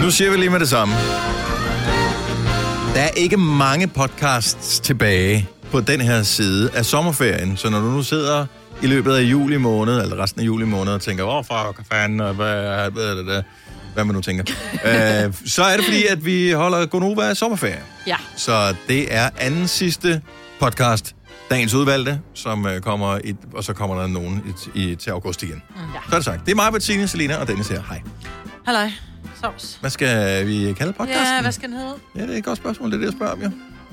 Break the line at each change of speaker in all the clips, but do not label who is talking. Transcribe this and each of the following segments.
Nu siger vi lige med det samme. Der er ikke mange podcasts tilbage på den her side af sommerferien, så når du nu sidder i løbet af juli måned, eller resten af juli måned, og tænker, fuck, fanden, og hvad man nu tænker, så er det fordi, at vi holder Gonova sommerferie.
Ja.
Så det er anden sidste podcast, dagens udvalgte, som kommer, og så kommer der nogen til august igen. Ja. Så er det sagt. Det er mig, Bettine, Selina og Dennis her. Hej.
Halløj. Sovs.
Hvad skal vi kalde podcasten?
Ja, hvad skal den hedde?
Ja, det er et godt spørgsmål. Det er det, jeg spørger om, jo.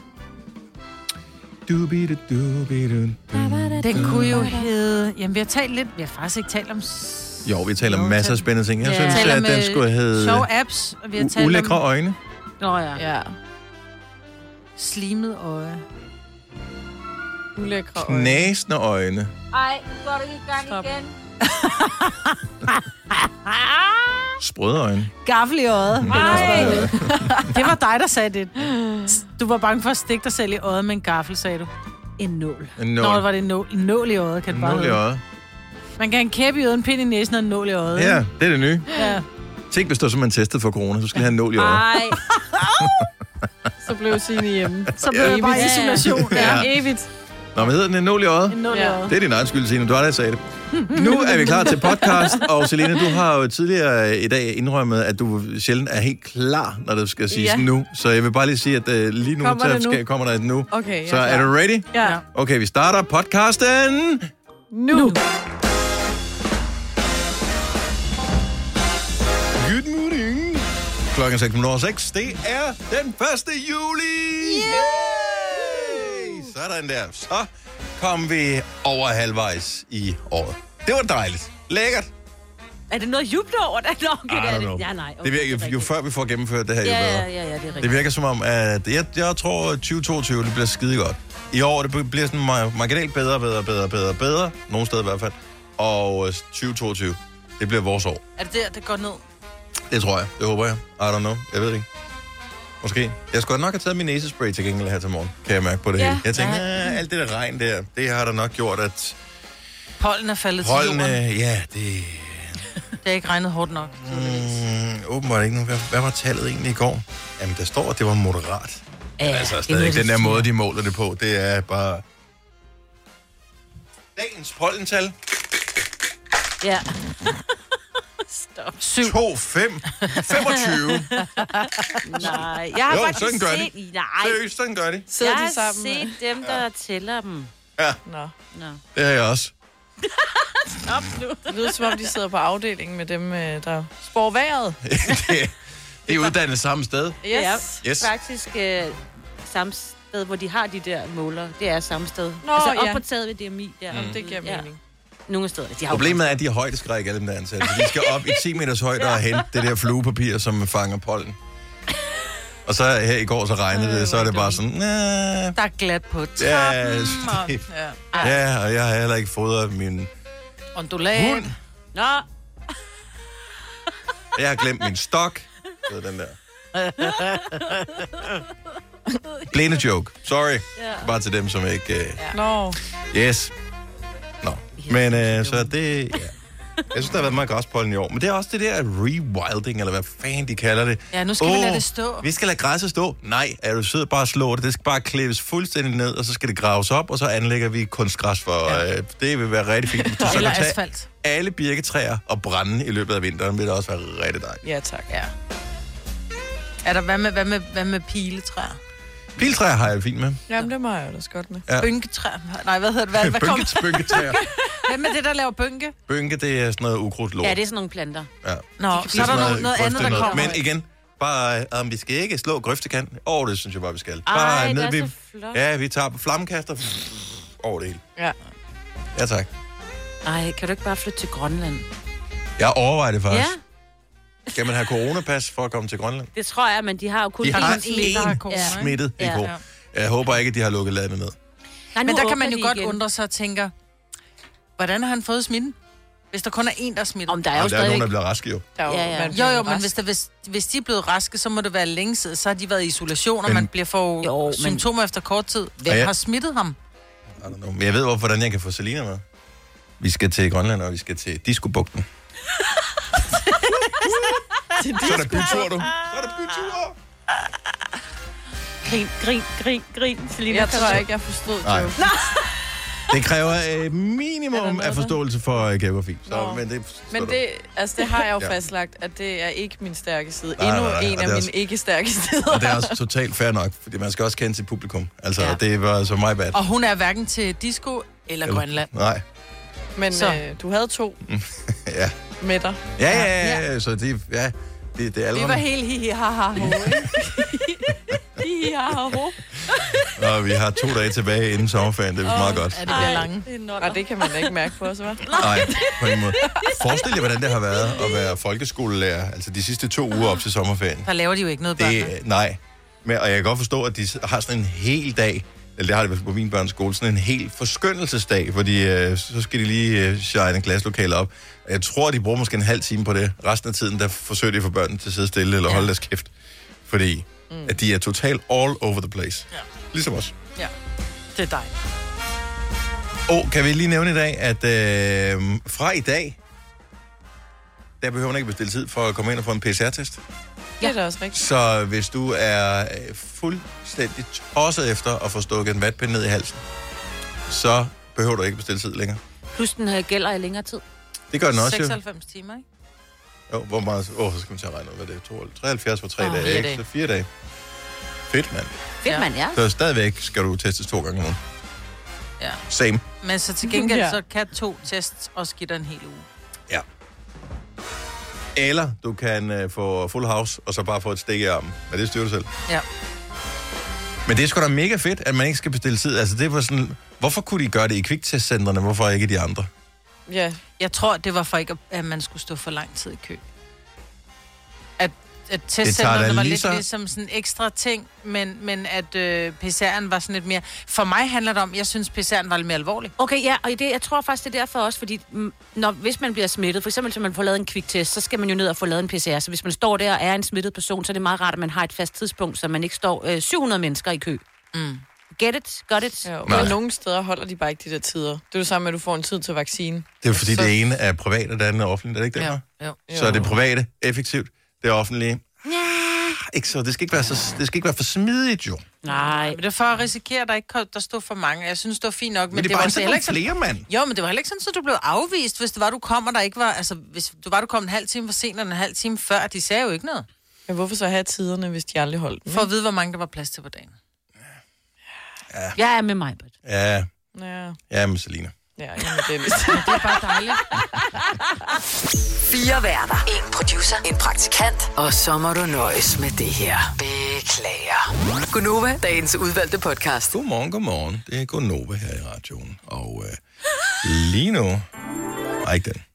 Den kunne jo hedde... Jamen, vi har talt lidt... Vi har faktisk ikke talt om...
Jo, vi taler om masser af spændende ting. Jeg synes, at den skulle hedde...
Sjove apps. Og vi har talt
ulækre
om...
øjne.
Nå ja. Slimet øje.
Ulækre øjne.
Knæsende øjne.
Ej, nu går du i gang igen.
Sprøde øjne.
Gaffel i øjet. Det var dig, der sagde det. Du var bange for at stikke dig selv i øjet med en gaffel, sagde du. En nål. Nå, var det en nål i øjet, kan det bare
nål i øjet.
Man kan have en kæppe i øjet, en pind i næsen og en nål i øjet.
Ja, det er det nye.
Ja.
Tænk, hvis du er man testet for corona, så skal have en nål i øjet.
Ej.
Så blev Signe hjemme.
Så blev jeg bare i isolation.
Ja.
Evigt.
Nå, hvad hedder den? En nål i øjet?
En nål i øjet.
Det er din egen skyld, Signe. Du har da sagt det. Nu er vi klar til podcast, og Selina, du har jo tidligere i dag indrømmet, at du sjældent er helt klar, når det skal siges nu. Så jeg vil bare lige sige, at lige nu kommer der et nu.
Okay,
så er du ready?
Ja.
Okay, vi starter podcasten
nu.
Good morning. Klokken 6:06. Det er den 1. juli. Yay! Sådan der. Så kom vi over halvvejs i året. Det var dejligt. Lækkert.
Er det noget juble over det? Okay,
I don't know.
Ja, nej. Okay,
Det virker, jo før vi får gennemført det her, jo
ja,
bedre.
ja, det er rigtigt.
Det virker som om, at jeg tror, at 2022 det bliver skide godt. I år det bliver sådan marginalt bedre. Nogle steder i hvert fald. Og 2022, det bliver vores år.
Er det der, det går ned?
Det tror jeg. Det håber jeg. I don't know. Jeg ved det ikke. Måske. Jeg skulle nok have taget min næsespray til gengæld her til morgen. Kan jeg mærke på det hele. Jeg tænker, alt det der regn der, det har da nok gjort, at...
Pollen er faldet til jorden.
Ja, det...
Det har ikke regnet hårdt nok.
Åbenbart ikke. Hvad var tallet egentlig i går? Jamen, der står, at det var moderat.
Ja,
altså, stadig ikke den der måde, de måler det på. Det er bare... Dagens pollental.
Ja.
Stop.
2, 5, 25.
Nej, jeg har
Jo,
faktisk
sådan gør
set...
de.
Nej,
Seriøst, sådan gør de.
Sidder
jeg
de
har
sammen?
set dem, der tæller dem.
Ja,
Nå.
det har jeg også.
Stop nu.
Det lyder som om, de sidder på afdelingen med dem, der spår vejret.
Det er uddannet samme sted.
Yes.
Yes.
Faktisk samme sted, hvor de har de der måler. Det er samme sted.
Nå,
altså op
ja.
på taget ved DMI. Der.
Det giver mening.
Nogle steder. De har
Problemet er, at de har højdeskræk, alle dem der ansatte. Så de skal op i 10 meters højde og hente det der fluepapir, som fanger pollen. Og så her i går, så regnede det, så er det bare sådan...
Der er glat på trappen.
Ja, og jeg har heller ikke fodret min
Ondulat.
hund.
Nå,
Jeg har glemt min stok. Det er den der. Blinde joke. Sorry. Bare til dem, som ikke...
Nå.
Yes. Nå. Men så det... Ja. Jeg synes, der har været meget græspollen i år. Men det er også det der rewilding, eller hvad fanden de kalder det.
Ja, nu skal vi lade det stå.
Vi skal lade græsset stå. Nej, er du sød, bare slå det. Det skal bare klæves fuldstændig ned, og så skal det graves op, og så anlægger vi kunstgræs for... det vil være rigtig fint. Du så
Eller
kan tage
asfalt.
alle birketræer og brænde i løbet af vinteren, vil det også være rigtig dejligt.
Ja, tak.
Ja. Er der, hvad med piletræer?
Piltræer har jeg det fint med.
Jamen, det må jeg også godt med.
Ja.
Bønketræer? Nej, hvad hedder det? Hvad kommer?
Bønketræer.
Hvem er det, der laver bønke?
Bønke, det er sådan noget ukrudtlort.
ja, det er sådan nogle planter.
Ja.
Nå, så er der noget andet, der kommer.
Men igen, bare, vi skal ikke slå grøftekanten. Det synes jeg bare, vi skal.
Ej,
Bare
det
ned,
er
vi,
så flot.
ja, vi tager på flammekaster over det hele.
Ja.
Ja, tak.
Ej, kan du ikke bare flytte til Grønland?
Jeg overvejer det faktisk.
Ja,
Skal man have coronapas for at komme til Grønland?
det tror jeg, men de har jo kun...
De har
en, der har corona,
én
ikke?
smittet i
Ja.
går. Jeg håber ikke, at de har lukket landet ned.
Nej,
Men der kan man
åbner
jo
de
godt
igen.
undre sig og tænke, hvordan har han fået smitten? Hvis der kun er en, der er smittet.
Om der er jo
Og der er
stadig...
nogen, der bliver raske jo.
Der er jo,
Ja.
man
Jo,
bliver
men
rask.
hvis de er blevet raske, så må det være længe siden. Så har de været i isolation, og
Men-
man bliver for
Jo,
symptomer efter kort tid. Hvem
Og jeg-
har smittet ham?
I don't know. Men jeg ved, hvordan jeg kan få Selina med. Vi skal til Grønland, og vi skal til Disco-bugten.
til
Så er der bytur, du. Så er der bytur.
Grin. Selina,
Jeg tror ikke, jeg forstod
Nej.
joken.
Det kræver minimum af forståelse for geografi.
Men det har jeg jo fastlagt, at det er ikke min stærke side.
Nej,
Endnu
nej,
en af mine ikke stærke sider.
Og det er også totalt fair nok, fordi man skal også kende sit publikum. Altså, det var så my bad.
Og hun er hverken til disco eller Grønland.
Nej.
Men du havde 2
Ja.
med dig.
Ja, så det er allerede.
Det var helt hi-hi-ha-ha-ho. Hi-hi-ha-ha-ho.
Og vi har 2 dage tilbage inden sommerferien. Det er meget godt.
Ja, det bliver lange.
Og det kan man da ikke mærke på os, hva'?
Nej, på en måde. Forestil jer, hvordan det har været at være folkeskolelærer, altså de sidste 2 uger op til sommerferien.
Der laver de jo ikke noget børn.
Nej. Og jeg kan godt forstå, at de har sådan en hel dag, eller det har de på min børns skole, sådan en hel forskønnelsesdag, fordi så skal de lige shine en glaslokale op. Jeg tror, de bruger måske en halv time på det. Resten af tiden, der forsøger de at få børnene til at sidde stille eller holde deres kæft. Fordi at de er totalt all over the place. Ja. Ligesom os.
Ja, det er dig.
Kan vi lige nævne i dag, at fra i dag, der behøver man ikke bestille tid for at komme ind og få en PCR-test.
Ja, det er også rigtigt.
Så hvis du er fuldstændig tosset efter at få stukket en vatpind ned i halsen, så behøver du ikke bestille tid længere.
Plus den gælder i længere tid.
Det gør den også,
96 timer, ikke?
Jo, hvor meget... så skal man til at regne ud, hvad det er. 73 for 3 dage,
4
ikke?
dage.
Så 4 dage. Fedt, mand.
Fedt, man, ja.
Så stadigvæk skal du testes 2 gange nu.
Ja.
Same.
Men så til gengæld, så kan 2 tests også give dig en hel uge.
Ja. Eller du kan få full house, og så bare få et stik i armen. Men det styrer du selv.
Ja.
Men det er sgu da mega fedt, at man ikke skal bestille tid. Altså, det var sådan... Hvorfor kunne de gøre det i kviktestcentrene? Hvorfor ikke de andre?
Ja.
Jeg tror, det var for ikke, at man skulle stå for lang tid i kø. At testcentrene var lidt ligesom sådan en ekstra ting, men at PCR'en var sådan lidt mere... For mig handler det om, jeg synes, PCR'en var lidt mere alvorlig.
Okay, ja, og jeg tror faktisk, det er derfor også, fordi hvis man bliver smittet, for eksempel, så man får lavet en kviktest, så skal man jo ned og få lavet en PCR. Så hvis man står der og er en smittet person, så er det meget rart, at man har et fast tidspunkt, så man ikke står 700 mennesker i kø. Get it? Got it?
Ja, men nogle steder holder de bare ikke de der tider. Det er jo samme med, at du får en tid til vaccine.
Det er jo fordi, det ene er privat, og det andet er offentligt. Er det ikke det?
Ja. Jo.
Så er det private effektivt, det er offentlige. Ikke så. Det skal ikke være for smidigt, jo.
Nej.
Men det er for at risikere, at der ikke der stod for mange. Jeg synes, det var fint nok.
Men det var altså heller ikke flere, mand.
Jo, men det var heller ikke sådan, at du blev afvist, hvis det var, du kom, og der ikke var... Altså, hvis du kom en halv time for sent, eller en halv time før, de sagde jo ikke noget.
Men hvorfor så have tiderne, hvis de aldrig holdt dem?
For at vide, hvor mange der var plads til på dagen.
Ja. Jeg er med mig, Britt.
Ja.
Ja,
med Selina.
Ja, med Dennis.
Det er bare dejligt.
4 værter. 1 producer. 1 praktikant. Og så må du nøjes med det her. Beklager. Gunova, dagens udvalgte podcast.
Godmorgen. Det er Gunova her i radioen. Og lige nu... Nej, ikke den.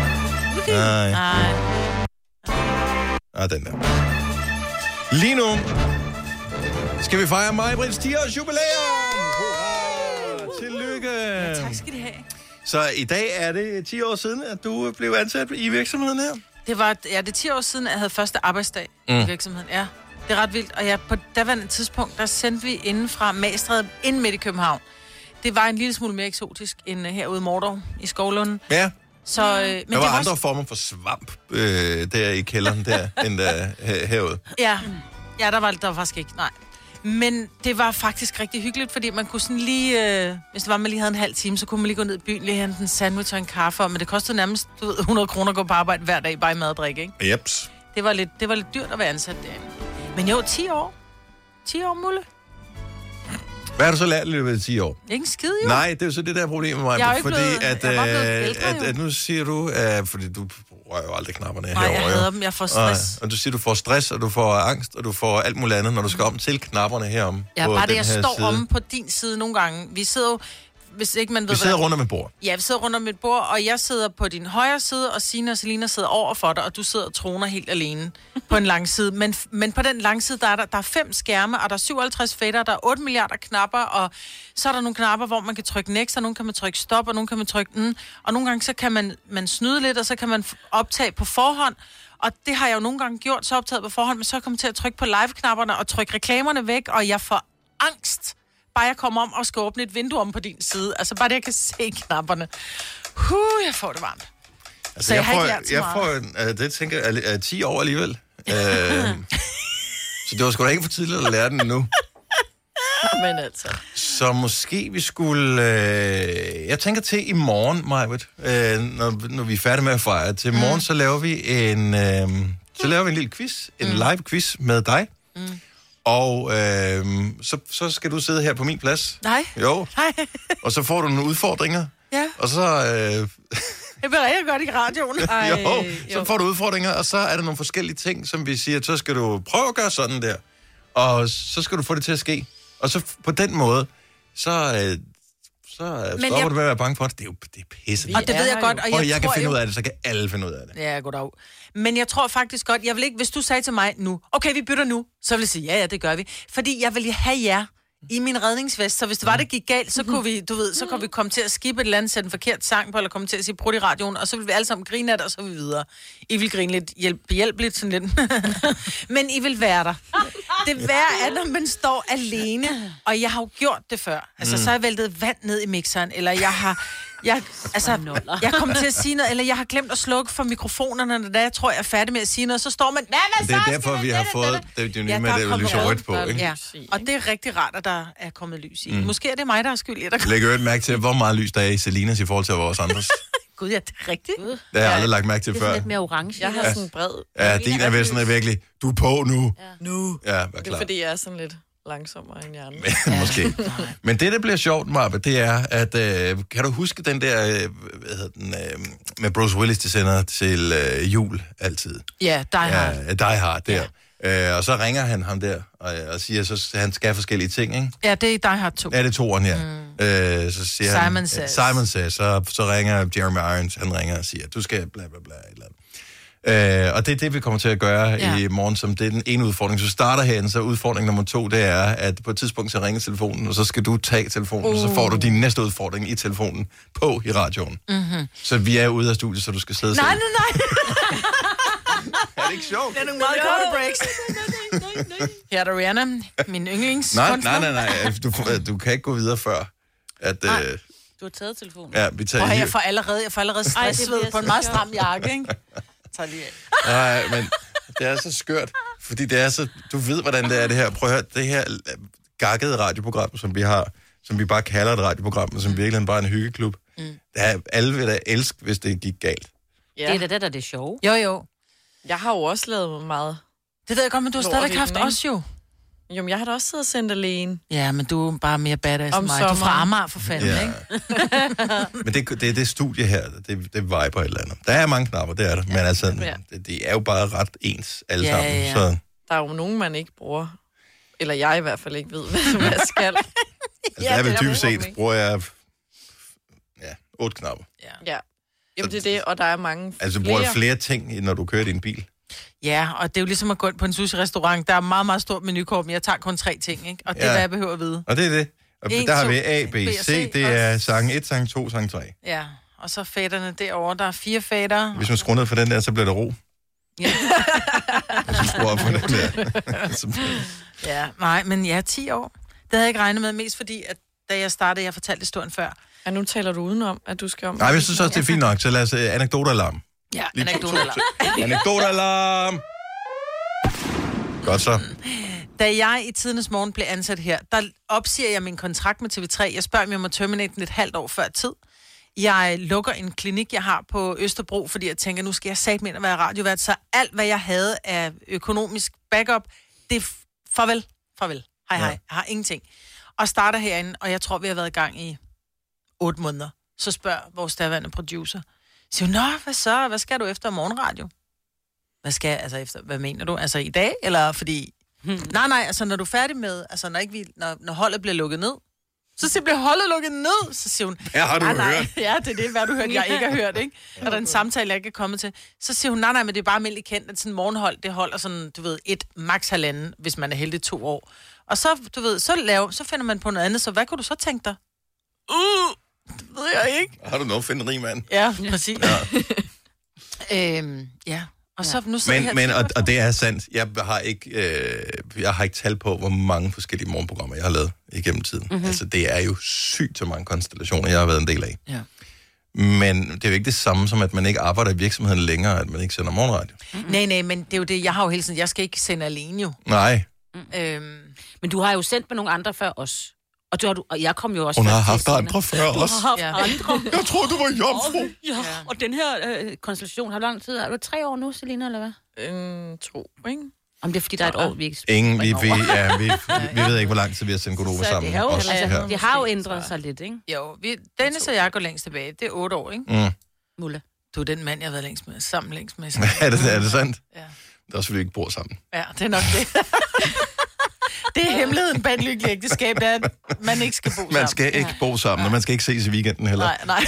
Nej, den der. Lige nu skal vi fejre Maj-Britts 10-års jubilæum. Tillykke.
Ja, tak skal de have.
Så i dag er det 10 år siden, at du blev ansat i virksomheden her?
Det er 10 år siden, at jeg havde første arbejdsdag i virksomheden. Ja, det er ret vildt. Og på daværende tidspunkt, der sendte vi inden fra Magstræde ind midt i København. Det var en lille smule mere eksotisk end herude i Mordor i Skovlunden.
Ja.
Så, men
der var andre former for svamp der i kælderen der, end herude.
Ja, der var faktisk ikke, nej. Men det var faktisk rigtig hyggeligt, fordi man kunne sådan lige... hvis det var, man lige havde en halv time, så kunne man lige gå ned i byen, lige hente en sandwich og en kaffe. Men det kostede nærmest 100 kroner at gå på arbejde hver dag, bare i mad og drikke, ikke?
Jeps.
Det var lidt dyrt at være ansat derinde. Men jo, 10 år. 10 år, Mulle.
Hvad har du så lært i løbet af 10 år?
Ikke en skid, jo.
Nej, det er jo så det der problem med mig.
Jeg er ikke
fordi
blevet,
at nu siger du, fordi du rører jo aldrig knapperne herovre.
Nej, jeg hader dem. Jeg får stress.
Og du siger, du får stress, og du får angst, og du får alt muligt andet, når du skal om til knapperne herom.
Ja, bare det, jeg står om på din side nogle gange. Vi sidder jo... Hvis ikke man ved,
vi sidder rundt om et bord.
Ja, vi sidder rundt om et bord, og jeg sidder på din højre side, og Signe og Selina sidder over for dig, og du sidder og troner helt alene på en lang side. Men på den lange side, der er 5 skærme, og der er 57 fader, der er 8 milliarder knapper, og så er der nogle knapper, hvor man kan trykke next, og nogle kan man trykke stop, og nogle kan man trykke og nogle gange så kan man snyde lidt, og så kan man optage på forhånd. Og det har jeg jo nogle gange gjort, så optaget på forhånd, men så kommer jeg til at trykke på live-knapperne og trykke reklamerne væk, og jeg får angst. Bare jeg kommer om og skal åbne et vindue om på din side. Altså bare det, jeg kan se knapperne. Jeg får det varmt.
Altså,
Så jeg har ikke lært så
meget. Det tænker jeg er 10 år alligevel. Så det var sgu da ikke for tidligt at lære den nu.
Men altså.
Så måske vi skulle... jeg tænker til i morgen, Majbert, når vi er færdige med at fejre. Til morgen, så laver vi en lille quiz. En live quiz med dig. Og så skal du sidde her på min plads.
Nej.
Jo.
Nej.
Og så får du nogle udfordringer.
Ja.
Og så...
Det bliver rigtig godt i radioen.
Så får du udfordringer, og så er der nogle forskellige ting, som vi siger, så skal du prøve at gøre sådan der. Og så skal du få det til at ske. Og så på den måde, så stopper du med at være bange for det. Det er pisse.
Og det ved jeg godt.
Og jeg kan finde ud af det, så kan alle finde ud af det.
Ja, goddag. Men jeg tror faktisk godt, jeg vil ikke, hvis du sagde til mig nu, okay, vi bytter nu, så vil jeg sige, ja, det gør vi. Fordi jeg vil have jer i min redningsvest, så hvis det var, det gik galt, så kunne vi, så kunne vi komme til at skippe et eller andet, sætte en forkert sang på, eller komme til at sige prut i radioen, og så vil vi alle sammen grine af det, og så er vi videre. I vil grine lidt hjælpeligt, sådan lidt. Men I vil være der. Det værre er, når man står alene, og jeg har jo gjort det før. Altså, så har jeg væltet vand ned i mixeren, eller jeg kommer til at sige noget, eller jeg har glemt at slukke for mikrofonerne, da jeg tror, jeg er færdig med at sige noget, så står man...
Det er derfor, vi har fået det nye med det lyse rødt på, ikke?
Ja, og det er rigtig rart, at der er kommet lys i. Måske er det mig, der er skyld i, at der
Læg øvrigt mærke til, hvor meget lys der er i Selinas i forhold til vores andres.
Gud, ja, det er rigtigt.
Det har jeg aldrig lagt mærke til før.
Det er lidt mere orange.
Jeg har sådan en bred...
Ja, din er ved sådan virkelig, du er på nu.
Nu.
Ja, vær
Det
klar.
er fordi, jeg er sådan lidt langsommere end hjernen.
Måske. Men det, der bliver sjovt, Marbe, det er, at kan du huske den der, med Bruce Willis, de sender til jul altid?
Ja, Die Hard.
Ja, Die Hard, der. Ja. Og så ringer han ham der, og siger, så han skal have forskellige ting, ikke?
Ja, det er Die Hard 2.
Ja, det er toeren her. Så siger
Simon Says.
Simon Says. Så ringer Jeremy Irons, han ringer og siger, du skal bla bla bla, et eller andet. Og det er det, vi kommer til at gøre i morgen, som det er den ene udfordring. Så starter herinde, så udfordring nummer 2, det er, at på et tidspunkt så ringer telefonen, og så skal du tage telefonen, og så får du din næste udfordring i telefonen på i radioen. Mm-hmm. Så vi er ude af studiet, så du skal sidde selv.
Nej.
Er det ikke sjovt?
Det er nogle meget korte breaks. Her er der Rihanna, min yndlingskunstner.
Nej, du kan ikke gå videre før, at...
Du har taget telefonen.
Ja, vi tager
Jeg får allerede stressved på en meget stram jakke, ikke? Tag lige af.
Nej, men det er så skørt, fordi det er så... Du ved, hvordan det er, det her. Prøv at høre, det her gakkede radioprogram, som vi har, som vi bare kalder et radioprogram, men som virkelig bare er en hyggeklub. Alle vil da elske, hvis det gik galt.
Ja.
Det er da det sjove.
Jo.
Jeg har jo også lavet meget...
Det ved jeg godt, men du har stadig haft os jo.
Jo, men jeg har da også siddet og sendt alene.
Ja, men du er bare mere badass end mig.
Sommeren.
Du er fra Amager, for fanden, ikke?
Men det studie her, det viber et eller andet. Der er mange knapper, det er der. Men altså, det er jo bare ret ens alle sammen.
Ja.
Så,
Der er jo nogen, man ikke bruger. Eller jeg i hvert fald ikke ved, hvad jeg skal.
altså, der er vel dybest set, bruger jeg 8 knapper.
Ja. Jamen, det er det, og der er mange
Altså, du bruger flere ting, når du kører din bil.
Ja, og det er jo ligesom at gå ind på en sushi-restaurant. Der er meget, meget stort menukort, men jeg tager kun 3 ting, ikke? Og det er, hvad jeg behøver at vide.
Og det er det. Og
1,
der har
2,
vi A, B, C. Det er sang 1, sang 2, sang 3.
Ja, og så fætterne derovre. Der er 4 fætter.
Hvis man skruer ned for den der, så bliver der ro.
Ja.
Hvis man skruer op for den der.
Ja, nej, men 10 år. Det havde jeg ikke regnet med, mest fordi, at da jeg startede, jeg fortalte historien før.
Ja, nu taler du udenom, at du skal om...
Nej, jeg synes også, det er fint nok. Så lad os anekdotalarm.
Ja,
Anekdotalarm. Godt så.
Da jeg i tidernes morgen blev ansat her, der opsiger jeg min kontrakt med TV3. Jeg spørger, om jeg må terminate den et halvt år før tid. Jeg lukker en klinik, jeg har på Østerbro, fordi jeg tænker, nu skal jeg satme ind og være radiovært. Så alt, hvad jeg havde af økonomisk backup, det er farvel. Hej. Jeg har ingenting. Og starter herinde, og jeg tror, vi har været i gang i 8 måneder. Så spørger vores daværende producer. Siger hun, nå, hvad så? Hvad skal du efter morgenradio? Hvad mener du? Altså i dag? Eller fordi... Nej, altså når du er færdig med... Altså når holdet bliver lukket ned, så bliver holdet lukket ned, så siger hun...
Ja, har du hørt?
Ja, det er det, hvad du hørt, jeg ikke har hørt, ikke? Og der er en samtale, jeg ikke er kommet til. Så siger hun, nej, men det er bare almindeligt kendt, at sådan en morgenhold, det holder sådan, du ved, 1, max 1,5, hvis man er heldig 2 år. Og så, du ved, så finder man på noget andet, så hvad kunne du så tænke dig? Det ved jeg ikke.
Har du noget at finde en rig mand?
Ja, præcis. Ja. Og så nu
Og det er sandt. Jeg har ikke tal på, hvor mange forskellige morgenprogrammer jeg har lavet igennem tiden. Mm-hmm. Altså, det er jo sygt så mange konstellationer, jeg har været en del af.
Ja.
Men det er jo ikke det samme som, at man ikke arbejder i virksomheden længere, at man ikke sender morgenradio.
Nej, men det er jo det, jeg har jo hele tiden, jeg skal ikke sende alene jo.
Nej.
Men du har jo sendt med nogle andre før os. Og jeg kom jo også...
Hun har haft andre før også.
Andre.
Jeg troede, du var jomfru.
Ja. Og den her konstellation har lang tid. Er du 3 år nu, Selina, eller hvad?
2, ikke?
Om det er, fordi der er et år, vi ikke...
Vi ved ikke, hvor lang tid vi har sendt Godova sammen.
Det har jo ændret sig lidt, ikke?
Jo, Dennis og jeg går længst tilbage. Det er 8 år, ikke?
Mulle.
Du er den mand, jeg har været længst med. Sammen længst med.
Er det sandt?
Ja.
Det er også, fordi vi ikke bor sammen.
Ja, det er nok det. Det er hemmeligheden bag et lykkeligt ægteskab, det er, at man ikke skal bo sammen.
Man skal ikke bo sammen, og man skal ikke ses i weekenden heller.
Nej.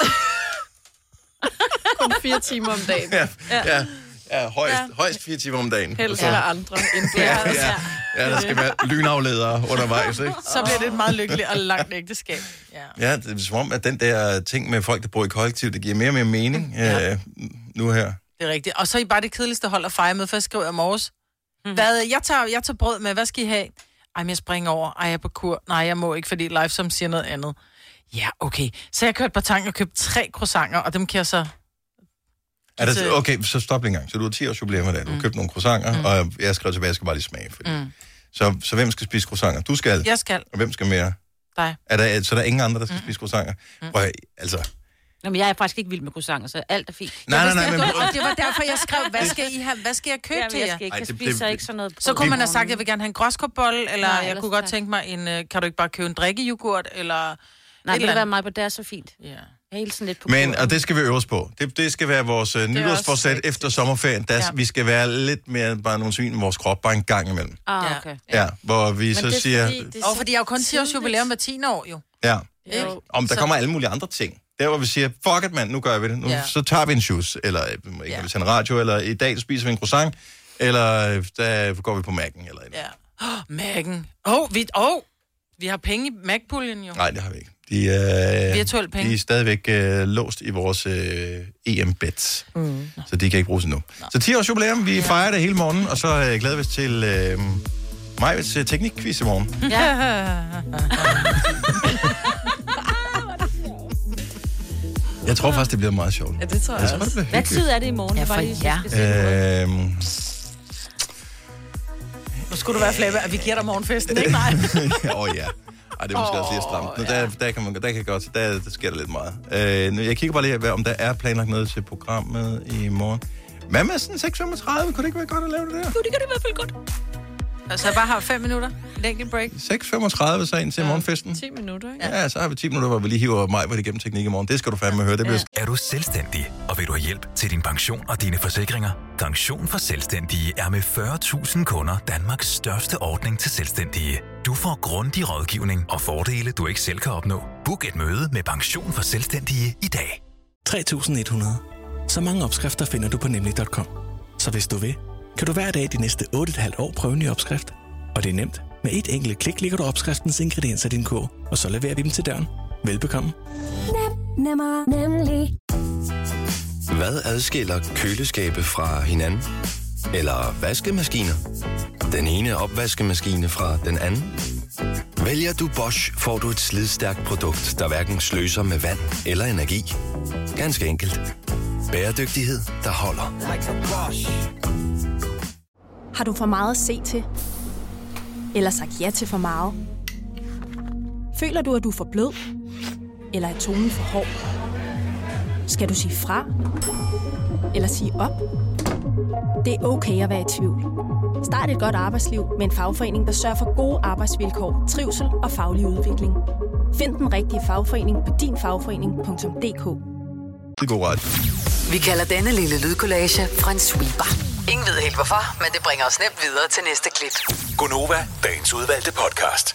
Kun 4 timer om dagen.
Ja, højst 4 timer om dagen.
Helst er der andre indblæret.
Ja, der skal være lynafledere undervejs, ikke?
Så bliver det et meget lykkeligt og langt ægteskab.
Ja, det er som om, at den der ting med folk, der bor i kollektiv, det giver mere og mere mening nu her.
Det er rigtigt. Og så er I bare det kedeligste hold at fejre med, for jeg skriver i morges. Jeg tager brød med, hvad skal I have? Ej, men jeg springer over. Ej, jeg er på kur. Nej, jeg må ikke, fordi Lifesom siger noget andet. Ja, okay. Så jeg kørte på tanken og købte 3 croissanter, og dem kan jeg så...
Okay, så stop en gang. Så du har 10 års jubilæum i dag. Du har købt nogle croissanter, og jeg skrev tilbage, jeg skal bare lige smage. Fordi... Så hvem skal spise croissanter? Du skal.
Jeg skal.
Og hvem skal mere?
Dig.
Så der er ingen andre, der skal spise croissanter? Prøv altså...
Jamen, jeg er faktisk ikke vild med croissanter, så alt er fint.
Nej, men...
Og det var derfor, jeg skrev, hvad skal I have? Hvad skal jeg købe til jer?
Jeg spiser ikke sådan noget.
Så kunne man have sagt, at jeg vil gerne have en gråskårbolle, eller jeg kunne godt tænke mig en, kan du ikke bare købe en drikkejoghurt, eller...
Nej, det vil være mig på, det er så fint. Ja. Helt sådan lidt på
men, og det skal vi øve os på. Det skal være vores nytårsforsæt efter sommerferien. Vi skal være lidt mere bare nogle svin i vores krop, bare en gang imellem.
Okay.
Ja, hvor vi så siger...
fordi jeg er jo kun 10 års jubilæum hver 10 år, jo.
Ja. Om der kommer alle mulige andre ting. Der hvor vi siger, fuck it mand, nu gør vi det. Nu, så tager vi en shoes, eller ikke vi sender radio, eller i dag spiser vi en croissant, eller der går vi på Mac'en, eller et.
Ja. Mac'en. Vi har penge i Mac-puljen jo.
Nej, det har vi ikke. De er,
virtuelle penge.
De er stadigvæk låst i vores EM-bets, så de kan ikke bruges endnu. Så 10 års jubilæum, vi fejrer det hele morgen, og så glæder vi os til Majvits teknikquiz i morgen. Jeg tror faktisk, det bliver meget sjovt.
Ja, det tror jeg også.
Hvad tid er det i morgen?
Ja, for Nu skulle du være flæbe, at vi giver dig morgenfesten, ikke? Nej.
Ja. Ej, det er måske også lige stramt. Der sker der lidt meget. Jeg kigger bare lige, om der er planlagt noget til programmet i morgen. Hvad med sådan 6:35? Kunne det ikke være godt at lave det der?
Jo, det kan det i hvert fald godt.
Altså, jeg bare har 5 minutter. En enkelt break.
6:35 så ind til morgenfesten.
10 minutter, ikke?
Ja, så har vi 10 minutter, hvor vi lige hiver mig igennem teknik i morgen. Det skal du fandme høre. Det bliver...
Er du selvstændig, og vil du have hjælp til din pension og dine forsikringer? Pension for Selvstændige er med 40.000 kunder Danmarks største ordning til selvstændige. Du får grundig rådgivning og fordele, du ikke selv kan opnå. Book et møde med Pension for Selvstændige i dag.
3.100. Så mange opskrifter finder du på nemlig.com. Så hvis du vil, kan du hver dag de næste 8,5 år prøve en ny opskrift. Og det er nemt. Med et enkelt klik ligger du opskriftens ingredienser i din kog, og så leverer vi dem til døren. Velbekomme.
Nemlig.
Hvad adskiller køleskabe fra hinanden? Eller vaskemaskiner? Den ene opvaskemaskine fra den anden? Vælger du Bosch, får du et slidstærkt produkt, der hverken sløser med vand eller energi. Ganske enkelt. Bæredygtighed, der holder.
Har du for meget at se til? Eller sagt ja til for meget? Føler du, at du er for blød? Eller er tonen for hård? Skal du sige fra? Eller sige op? Det er okay at være i tvivl. Start et godt arbejdsliv med en fagforening, der sørger for gode arbejdsvilkår, trivsel og faglig udvikling. Find den rigtige fagforening på dinfagforening.dk.
God ret.
Vi kalder denne lille lydkollage en sweeper. Ingen ved helt hvorfor, men det bringer os nemt videre til næste klip.
Gonova, dagens udvalgte podcast.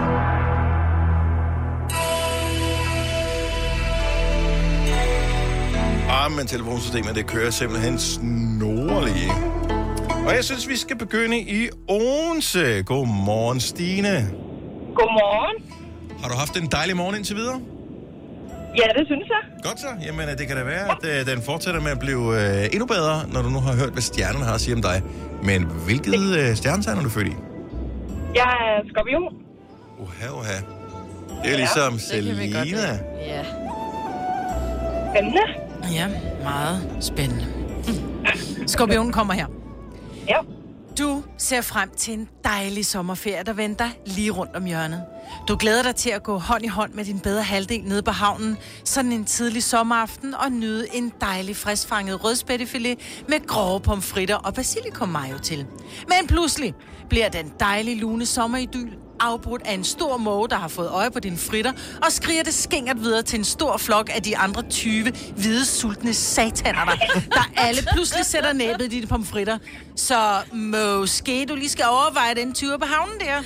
Men telefonsystemet, det kører simpelthen snorlige. Og jeg synes, vi skal begynde i Odense. Godmorgen, Stine.
Godmorgen.
Har du haft en dejlig morgen indtil videre?
Ja, det synes jeg.
Godt så. Jamen, det kan da være, at den fortsætter med at blive endnu bedre, når du nu har hørt, hvad stjernerne har at sige om dig. Men hvilket stjernetegn er du født i?
Jeg er skorpion.
Uha. Det er ligesom Selina.
Ja.
Spændende.
Ja, meget spændende. Skorpionen kommer her.
Ja.
Du ser frem til en dejlig sommerferie, der venter lige rundt om hjørnet. Du glæder dig til at gå hånd i hånd med din bedre halvdel nede på havnen, sådan en tidlig sommeraften, og nyde en dejlig friskfanget rødspættefilet med grove pomfritter og basilikum mayo til. Men pludselig bliver den dejlige lune sommeridyl afbrudt af en stor måge, der har fået øje på dine fritter, og skriger det skingert videre til en stor flok af de andre 20 hvide, sultne sataner, der alle pludselig sætter næbet i dine pomfritter. Så måske du lige skal overveje den tur på havnen der.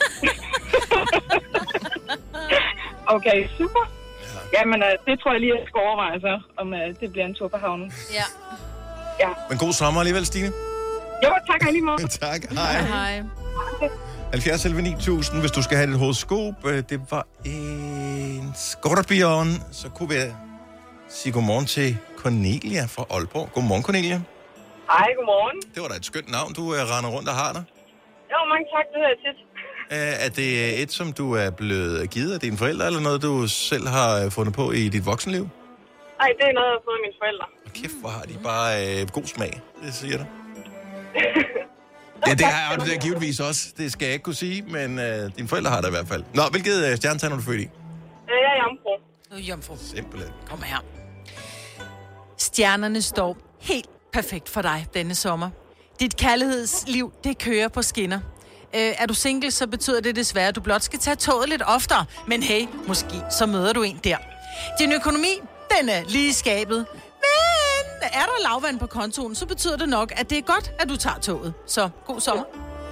Okay, super. Jamen, det tror jeg lige, jeg skal overveje så, om det bliver en tur på havnen. Ja.
Men god sommer alligevel, Stine.
Jo, tak lige meget.
Tak, hej.
Hej.
70 11 9000, hvis du skal have dit horoskop. Det var en Skorpion. Så kunne vi sige godmorgen til Cornelia fra Aalborg. Godmorgen, Cornelia.
Hej, godmorgen.
Det var da et skønt navn, du render rundt og har der.
Jo, mange tak, det er tit.
Er det et, som du er blevet givet af dine forældre, eller noget, du selv har fundet på i dit voksenliv?
Nej, det er noget, jeg har fået af mine forældre.
Kæft, hvor har de bare god smag, det siger du. Ja, det har jeg givetvis også. Det skal jeg ikke kunne sige, men dine forældre har det i hvert fald. Nå, hvilket stjernetegn er du født i?
Jeg er jomfru.
Du er jomfru.
Simpelthen.
Kom her. Stjernerne står helt perfekt for dig denne sommer. Dit kærlighedsliv, det kører på skinner. Er du single, så betyder det desværre, at du blot skal tage toget lidt oftere. Men hey, måske så møder du en der. Din økonomi, den er lige skabet. Men er der lavvand på kontoen, så betyder det nok, at det er godt, at du tager toget. Så god sommer.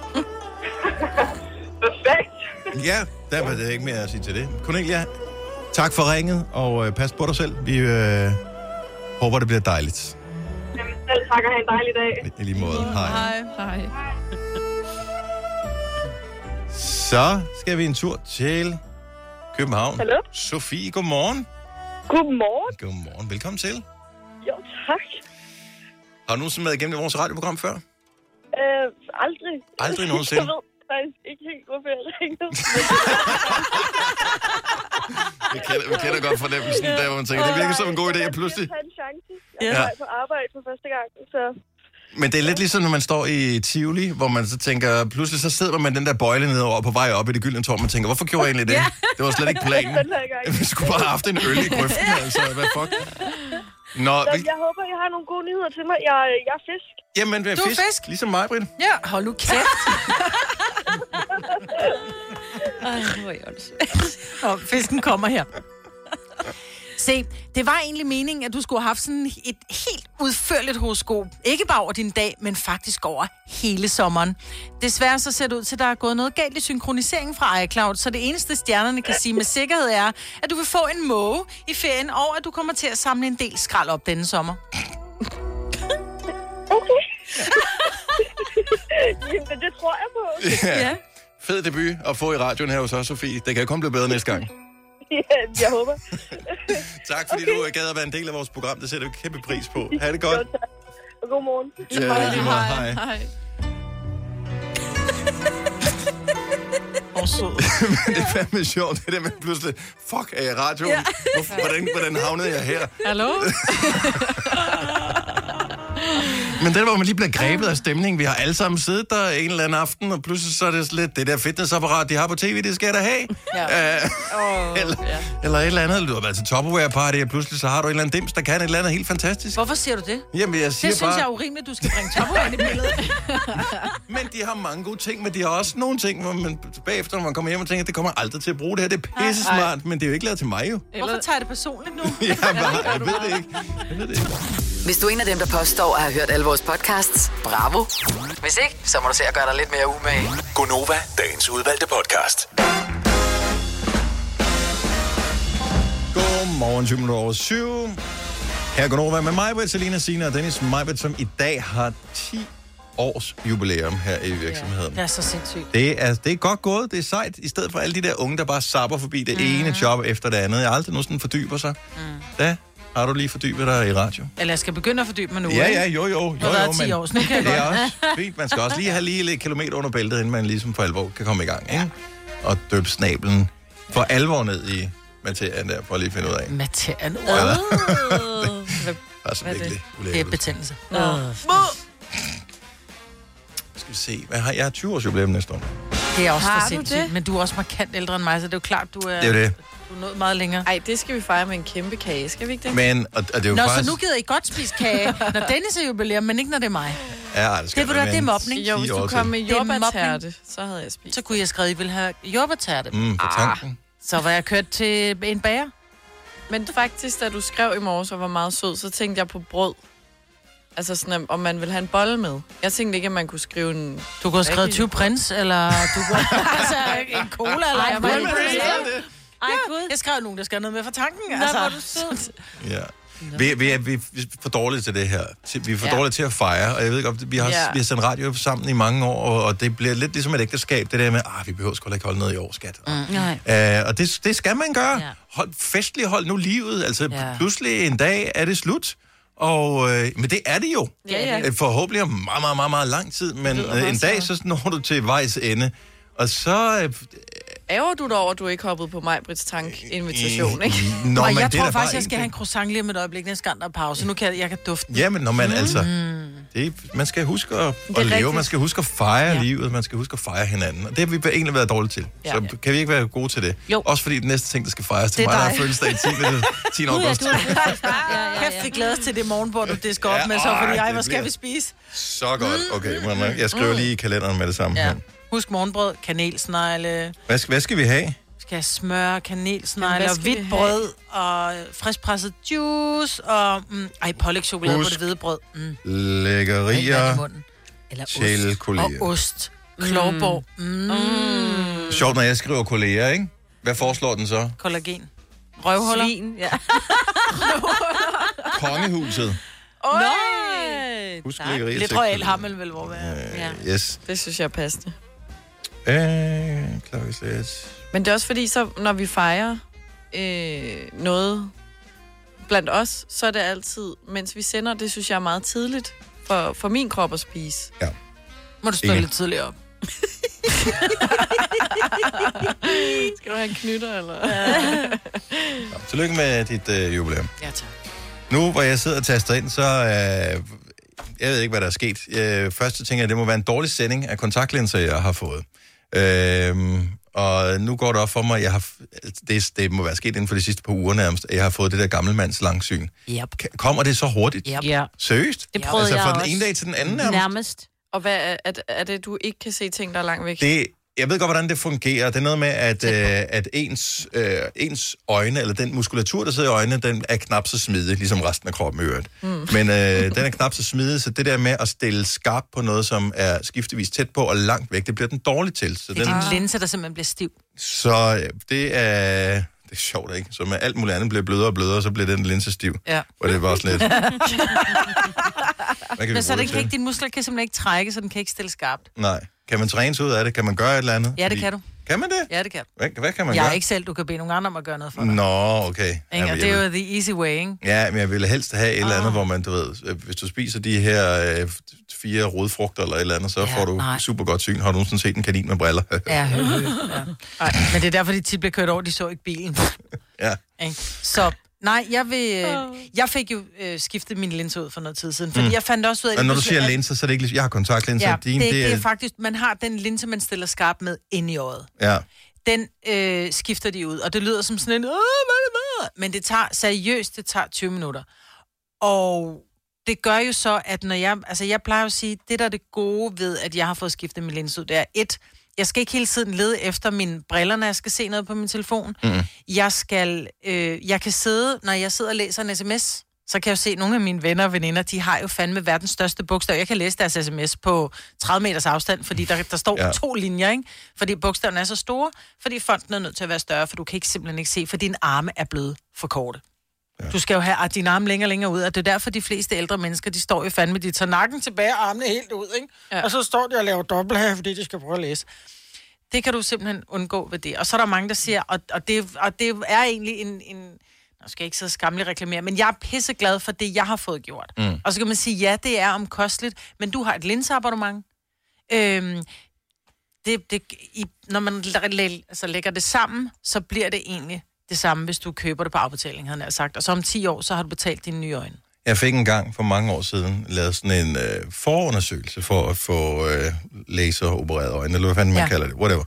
Perfekt.
Ja, der var det ikke mere at sige til det. Cornelia, tak for ringet, og pas på dig selv. Vi håber, det bliver dejligt.
Jamen, selv tak og have en dejlig dag.
I lige måde. Hej.
Hej.
Så skal vi en tur til København.
Hallo?
Sofie, godmorgen.
Godmorgen.
Godmorgen. Velkommen til.
Jo, tak.
Har du nogensinde været igennem vores radioprogram før?
Aldrig.
Aldrig nogensinde?
Jeg ved faktisk ikke helt, hvorfor jeg ringede.
Vi kender godt fornemmelsen, der hvor man tænker, det virker som en god idé, at pludselig...
Jeg havde en chance. Jeg var på arbejde for første gang, så...
Men det er lidt ligesom, når man står i Tivoli, hvor man så tænker, pludselig så sidder man med den der bøjle nedover på vej op i det gyldne tårn, man tænker, hvorfor gjorde jeg egentlig det? Det var slet ikke planen. Vi skulle bare have haft en øl i grøften, altså. Hvad fuck? Nå,
jeg håber, jeg har nogle gode nyheder til mig. Jeg er fisk.
Jamen,
Du er fisk?
Ligesom mig, Britt.
Ja, hold nu kæft. Og fisken kommer her. Se, det var egentlig meningen, at du skulle have haft sådan et helt udførligt horoskop. Ikke bare over din dag, men faktisk over hele sommeren. Desværre så ser det ud til, at der er gået noget galt i synkroniseringen fra iCloud, så det eneste stjernerne kan sige med sikkerhed er, at du vil få en måge i ferien, og at du kommer til at samle en del skrald op denne sommer.
Okay. Jamen, det tror jeg på.
Ja. Fed debut at få i radioen her hos os, Sofie. Det kan kun blive bedre næste gang.
Ja, jeg håber.
Tak, fordi du gad at være en del af vores program. Det sætter vi kæmpe pris på. Ha' det godt.
Jo, tak. Og god morgen.
Ja, lige meget. Hej.
Hej.
Men det er fandme sjovt, det der med pludselig, fuck, er jeg i radioen? Ja. Hvordan havnede jeg her?
Hallo?
Men det hvor man lige bliver grebet af stemningen. Vi har alle sammen siddet der en eller anden aften, og pludselig så er det lidt, det der fitnessapparat, de har på tv, det skal jeg da have. Ja. Eller et eller andet. Eller du har været til Tupperware Party, og pludselig så har du en eller anden dims, der kan et eller andet helt fantastisk.
Hvorfor siger du det?
Jamen, jeg siger
det synes jeg er urimeligt, du skal bringe Tupperware ind i billedet.
Men de har mange gode ting, men de har også nogle ting, hvor man bagefter, når man kommer hjem og tænker, det kommer aldrig til at bruge det her. Det er pisse smart, men det er jo ikke lavet til mig jo.
Hvorfor tager jeg det personligt nu?
Jeg ved det ikke.
Hvis du er en af dem, der påstår at have hørt alle vores podcasts, bravo. Hvis ikke, så må du se at gøre dig lidt mere umage.
Gonova, dagens udvalgte podcast.
Godmorgen, 7:07. Her er Gonova med mig, Britt, Selina, Signe og Dennis Majbert, som i dag har 10 års jubilæum her i virksomheden.
Det er så sindssygt.
Det er godt gået, det er sejt, i stedet for alle de der unge, der bare zapper forbi det ene job efter det andet. Jeg har aldrig nogensinde fordyber sig. Da har du lige fordybet dig i radio.
Eller jeg skal begynde at fordybe mig nu,
Ja,
ikke?
jo.
Det har været 10 år, så nu kan jeg
det er
godt.
også fint. Man skal også lige have lige lidt kilometer under bæltet, inden man ligesom for alvor kan komme i gang, ikke? Og døbe snablen for alvor ned materien der, for at lige finde ud af.
Materien.
Altså virkelig ulækkert.
Det er betændelse.
Skal vi se. Hvad har jeg? 20 års jubilæum næste år.
Det er også for sindssygt, men du er også markant ældre end mig, så det er jo klart, du er...
Det er det.
Du er nået meget længere.
Ej, det skal vi fejre med en kæmpe kage, skal vi ikke det?
Men, og det er jo faktisk...
så nu gider I godt spise kage, når Dennis er jubilæum, men ikke når det er mig.
Ja, det skal
det er mobning.
Jo, hvis du kom med jordbærtærte, så havde jeg spist.
Så kunne jeg skrive, at I ville have jordbærtærte.
På tanken.
Så var jeg kørt til en bager.
Men faktisk, da du skrev i morges og var meget sød, så tænkte jeg på brød. Altså sådan, om man vil have en bolle med. Jeg tænkte ikke, at man kunne skrive en...
Du kunne have skrevet 20 prins, eller du kunne altså en cola, eller en bolle. Ej, Gud. Jeg skrev nogen, der skal noget med fra tanken. Altså, var du sød.
Ja. Vi er for dårlige til det her. Vi er for dårlige til at fejre, og jeg ved godt, vi har sendt radio sammen i mange år, og det bliver lidt ligesom et ægteskab, det der med, vi behøver sgu da ikke holde noget i år, skat. Og det skal man gøre. Hold nu livet. Altså, pludselig en dag er det slut. Men det er det jo. Forhåbentlig om meget, meget, meget, meget lang tid, men en dag, så når du til vejs ende, og så...
Ærger du dig over, at du ikke hoppede på Maj-Brits Tank-invitation, ikke?
Jeg tror faktisk, jeg skal have en croissant lige om et øjeblik, næste gang der er pause. Nu kan jeg kan dufte den.
Ja, men når man man skal huske at leve, rigtigt. Man skal huske at fejre livet, man skal huske at fejre hinanden. Og det har vi egentlig været dårlige til. Så kan vi ikke være gode til det? Jo. Også fordi den næste ting, der skal fejres til mig, der er fødselsdag i 10. august.
Kæft, vi glæder os til det morgenbord, du disker op med, så fordi hvor skal vi spise?
Så godt. Okay, jeg skriver lige i kalenderen med det samme her.
Husk morgenbrød, kanelsnegle.
Hvad skal vi have?
Vi skal have smør, kanelsnegle og hvidt brød og friskpresset juice og pålægtschokolade på det hvide brød.
Lækkerier til kolleger.
Og ost. Klovborg.
Sjovt, når jeg skriver kolleger, ikke? Hvad foreslår den så?
Kollagen. Røvhuller.
Svin, ja.
Kongehuset. Husk lækkerier.
Lidt royal hammel vel, hvor vi er.
Yes.
Det synes jeg er passende.
Klokkeslæt.
Men det er også fordi, så når vi fejrer noget blandt os, så er det altid, mens vi sender, det synes jeg er meget tidligt for min krop at spise.
Ja.
Må du stå lidt tidligere op.
Skal du have en knytter, eller?
Tillykke med dit jubilæum.
Ja, tak.
Nu, hvor jeg sidder og taster ind, så... jeg ved ikke, hvad der er sket. Først så tænker jeg, at det må være en dårlig sending af kontaktlinser, jeg har fået. Og nu går det op for mig, det må være sket inden for de sidste par uger nærmest, at jeg har fået det der gammelmands langsyn.
Yep.
Kommer det så hurtigt?
Yep.
Seriøst?
Det prøvede jeg
fra
også.
den ene dag til den anden
nærmest.
Og hvad er det, du ikke kan se ting, der er langt væk?
Jeg ved godt, hvordan det fungerer. Det er noget med, at ens øjne, eller den muskulatur, der sidder i øjnene, den er knap så smidig, ligesom resten af kroppen i øvrigt. Men den er knap så smidig, så det der med at stille skarpt på noget, som er skiftevis tæt på og langt væk, det bliver den dårligt til. Så
det er din linse, der simpelthen bliver stiv.
Så det er sjovt, ikke? Så med alt muligt andet bliver blødere og blødere, så bliver den linse stiv.
Ja.
Og det er bare sådan lidt...
Men så den kan ikke, din muskler kan simpelthen ikke trække, så den kan ikke stille skarpt.
Nej. Kan man træne sig ud af det? Kan man gøre et eller andet?
Ja, det kan du.
Kan man det?
Ja, det kan.
Hvad kan man gøre?
Jeg er ikke selv, du kan bede nogen andre om at gøre noget for dig.
Nå, okay.
Ja, det er jo the easy way, ikke?
Ja, men jeg ville helst have et eller andet, hvor man, du ved, hvis du spiser de her 4 rodfrugter eller et eller andet, så får du super godt syn. Har du nogensinde set en kanin med briller?
Ja. Men det er derfor, de tit blev kørt over, de så ikke bilen.
Ja.
Så... Nej, jeg fik jo skiftet min linse ud for noget tid siden, fordi jeg fandt også ud af...
Og når du siger linser, så er det ikke... Jeg har kontaktlinser.
Ja, det er faktisk... Man har den linse, man stiller skarp med ind i øjet.
Ja.
Den skifter de ud, og det lyder som sådan en... Men det tager 20 minutter. Og det gør jo så, at når jeg plejer at sige, det der er det gode ved, at jeg har fået skiftet min linse ud, det er jeg skal ikke hele tiden lede efter mine briller, når jeg skal se noget på min telefon. Jeg kan sidde, når jeg sidder og læser en sms, så kan jeg jo se, nogle af mine venner og veninder, de har jo fandme verdens største bogstav. Jeg kan læse deres sms på 30 meters afstand, fordi der står 2 linjer, ikke? Fordi bogstaverne er så store, fordi fonten er nødt til at være større, for du kan simpelthen ikke se, for dine arme er blevet for korte. Ja. Du skal jo have dine arme længere ud, og det er derfor, de fleste ældre mennesker, de står jo fandme, de tager nakken tilbage og armene helt ud, ikke? Ja. Og så står de og laver dobbelthage, fordi de skal prøve at læse. Det kan du simpelthen undgå ved det. Og så er der mange, der siger, og det er egentlig en nu skal jeg ikke så skamligt reklamere, men jeg er pisseglad for det, jeg har fået gjort. Og så kan man sige, ja, det er omkosteligt, men du har et linseabonnement. Når man lægger det sammen, så bliver det egentlig det samme, hvis du køber det på afbetaling, havde jeg sagt. Og så om 10 år, så har du betalt dine nye øjne.
Jeg fik engang for mange år siden lavet sådan en forundersøgelse for at få laseropereret øjne, eller hvad fanden man kalder det, whatever.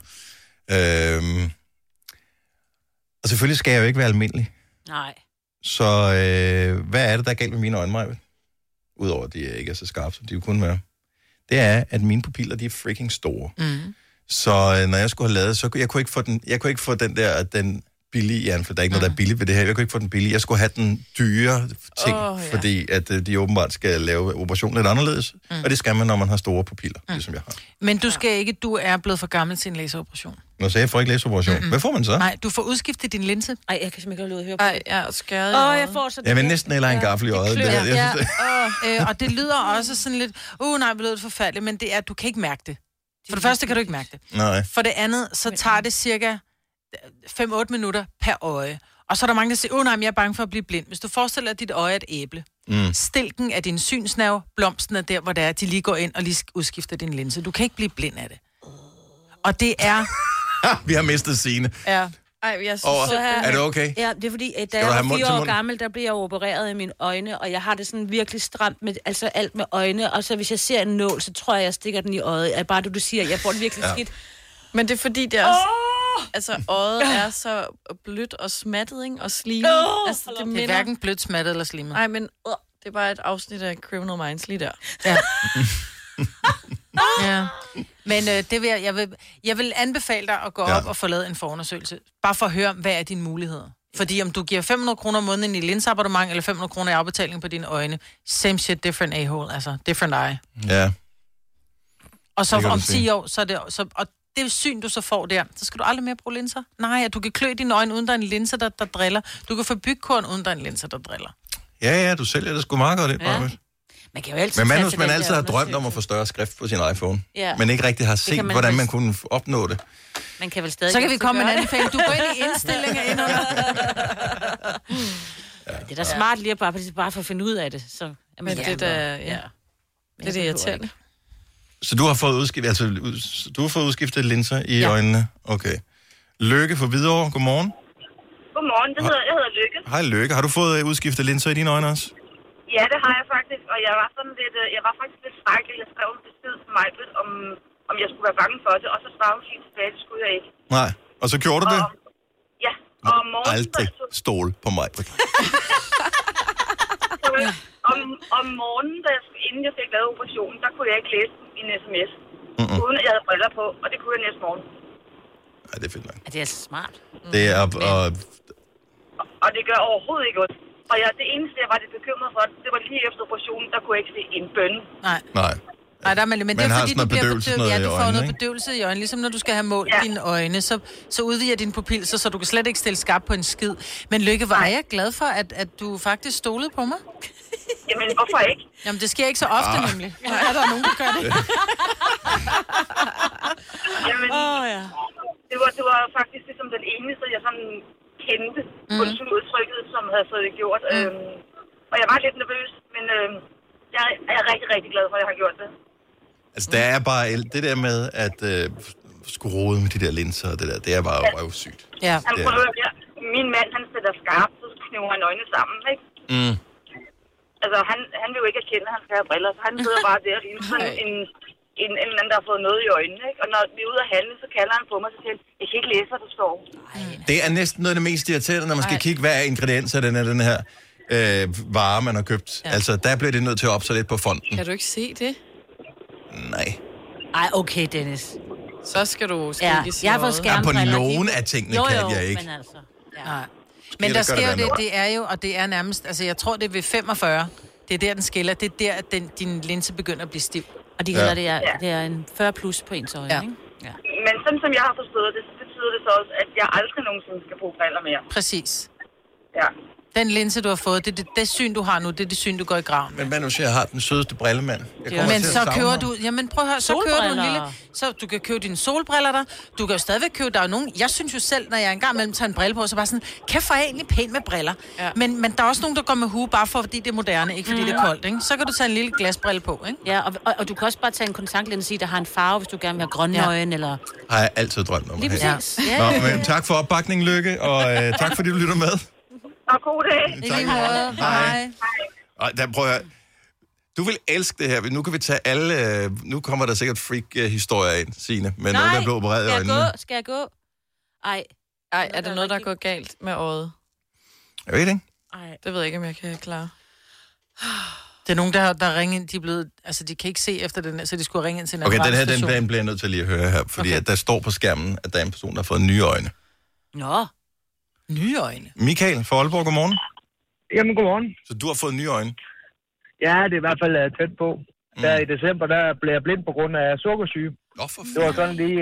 Og selvfølgelig skal jeg jo ikke være almindelig.
Nej.
Så hvad er det, der er galt med mine øjne, Maja? Udover at de ikke er så skarpe, som de jo kunne være. Det er, at mine pupiller, de er freaking store. Mm. Så når jeg skulle have lavet, så jeg kunne ikke få den der, den billige, for der er ikke noget, der er billigt ved det her. Jeg kunne ikke få den billige. Jeg skulle have den dyre ting, fordi at de åbenbart skal lave operationen lidt anderledes. Og det skal man, når man har store pupiller, ligesom jeg har.
Men du skal ikke, du er blevet for gammel til en laseroperation.
Nå, så jeg får ikke laseroperation. Hvad får man så?
Nej, du får udskiftet din linse.
Ej, jeg kan simpelthen ikke høre på.
Ej, jeg er skæret.
Jeg får så det.
Jeg vil næsten heller en gaffel i øjet.
Og det lyder også sådan lidt, nej, det lyder forfærdeligt, men det er, du kan ikke mærke det. For det første kan du ikke mærke det.
Nej.
For det andet, så tager det cirka 5-8 minutter per øje. Og så er der mange, der siger, nej, men jeg er bange for at blive blind. Hvis du forestiller dig, at dit øje er et æble. Stilken af din synsnerve, blomsten er der, hvor det er, de lige går ind og lige udskifter din linse. Du kan ikke blive blind af det. Og det er...
Vi har mistet Signe.
Ja.
Ej, jeg synes,
er det okay?
Ja, det er fordi, da jeg var 4 år gammel, der blev jeg opereret i mine øjne, og jeg har det sådan virkelig stramt med altså alt med øjne, og så hvis jeg ser en nål, så tror jeg stikker den i øjet. Bare det, du siger, jeg får det virkelig skidt.
Men det er fordi, det er også... Altså, øjet er så blødt og smattet, ikke? Og slimet. Altså,
det er hverken blødt, smattet eller slimet.
Nej, men det er bare et afsnit af Criminal Minds lige der.
Ja. Ja. Men det vil jeg vil anbefale dig at gå op og få lavet en forundersøgelse. Bare for at høre, hvad er dine muligheder. Fordi om du giver 500 kroner om måneden i linseabonnement, eller 500 kroner i afbetaling på dine øjne, same shit, different a-hole, altså different eye.
Ja.
Og så om 10 år, så er det... Og det syn, du så får der, så skal du aldrig mere bruge linser. Nej, at du kan klø dine øjne, uden der er en linse, der driller. Du kan få bygkorn, uden der er en linse, der driller.
Ja, du sælger det sgu meget godt.
Man kan jo altid
men hvis man altid har drømt om at få større skrift på sin iPhone, men ikke rigtig har set, hvordan man kunne opnå det.
Man kan vel stadig...
Så kan vi komme med en anden fælde. Du går ind i indstillinger ind under.
Det er da smart lige bare for at finde ud af det. Så,
men det er det irriterende.
Så du har fået udskiftet linser i øjnene? Okay. Lykke for Hvidovre, godmorgen.
Godmorgen, jeg hedder Lykke.
Hej Lykke, har du fået udskiftet linser i dine øjne også?
Ja, det har jeg faktisk, og jeg var faktisk lidt skrækkelig. Jeg skrev en besked til mig, om jeg skulle være bange for det, og så svarede hun helt tilbage, det skulle jeg ikke.
Nej, og så gjorde du det?
Ja, og om morgenen...
Aldrig stole på mig.
Om morgenen, inden jeg fik lavet operationen, der kunne jeg ikke læse en sms, uden at jeg havde briller på, og det kunne jeg næste morgen.
Ja, det er fedt nok.
Det er så smart.
Det er...
Og det gør overhovedet ikke ondt. Og det eneste, jeg var lidt bekymret for, det var lige efter operationen, der kunne jeg ikke se en bønne.
Nej.
Nej, der er, men det er fordi, du bliver bedøvet. Ja, du får
øjne,
noget bedøvelse i øjnene. Ligesom når du skal have målt dine øjne, så udvider din pupil, så du kan slet ikke stille skarp på en skid. Men Lykke, var jeg glad for, at du faktisk stolede på mig?
Jamen, hvorfor ikke?
Jamen, det sker ikke så ofte, nemlig. Nej, er der nogen, der gør det?
Jamen, det var faktisk ligesom den eneste, jeg sådan kendte på udtrykket, som havde fået det gjort. Og jeg var lidt nervøs, men jeg er rigtig, rigtig glad for, at jeg har gjort det.
Altså, der er bare det der med, at skulle rode med de der linser og det der, det er bare røvsygt.
Ja.
Min mand, han sætter skarpt, så knæver han øjnene sammen, ikke? Altså, han vil jo ikke erkende, at han skal have briller, så han sidder bare der og ligner sådan en eller anden, der har fået noget i øjnene, ikke? Og når vi er ude at handle, så kalder han på mig og siger, jeg kan ikke læse, hvad der står.
Det er næsten noget af det mest irriterende, når man skal kigge, hvad er ingredienser den her vare, man har købt. Ja. Altså, der bliver det nødt til at opsætte lidt på fonden.
Kan du ikke se det?
Nej.
Ej, okay, Dennis.
Så skal du skikkes
jeg har fået skærmbriller.
På nogen af tingene kan jeg ikke.
Men altså...
Nej. Men der sker jo det er jo, og det er nærmest, altså jeg tror, det er ved 45, det er der, den skiller, det er der, at din linse begynder at blive stiv.
Og de kalder det er en 40 plus på ens øjne, ikke? Ja.
Men sådan som jeg har forstået det, så betyder det så også, at jeg aldrig nogensinde skal bruge briller mere.
Præcis.
Ja.
Den linse, du har fået, det syn, du har nu, det er det syn, du går i graven.
Men hvad nu siger, jeg har den sødeste brillemand.
Men så kører du... Jamen prøv at høre, så kører du en lille... Så du kan købe dine solbriller der. Du kan jo stadigvæk købe... Der er nogen... Jeg synes jo selv, når jeg engang mellem tager en brille på, så bare sådan... Kæft, for egentlig pænt med briller. Ja. Men der er også nogen, der går med hue, bare fordi det er moderne, ikke fordi det er koldt, ikke? Så kan du tage en lille glasbrille på, ikke?
Ja, og du kan også bare tage en kontaktlinse, der har en farve, hvis du gerne vil have grønne øjne, eller...
Har jeg altid drømt om.
Lige præcis.
Ja. Nå, men tak for opbakning, Lykke, og tak fordi du lytter med.
Og god dag.
I lige måde. Hej.
Og der prøver jeg... Du vil elske det her. Nu kan vi tage alle... Nu kommer der sikkert freak-historier ind, Signe, med nogen, der er blevet opereret i øjnene.
Skal jeg gå? Ej,
er der noget, der er gået galt med øjet?
Jeg ved ikke.
Ej, det ved jeg ikke, om jeg kan klare.
Det er nogen, der ringer ind, de er blevet... Altså, de kan ikke se efter den, så de skulle ringe ind til en
Okay, den her, den bliver jeg nødt til lige at høre her, fordi at der står på skærmen, at der er en person, der har fået nye øjne.
Nå.
Nye øjne?
Michael fra Aalborg, godmorgen.
Jamen, godmorgen.
Så du har fået nye øjne?
Ja, det er i hvert fald tæt på. Der i december, der blev jeg blind på grund af sukkersyge. Det var sådan lige...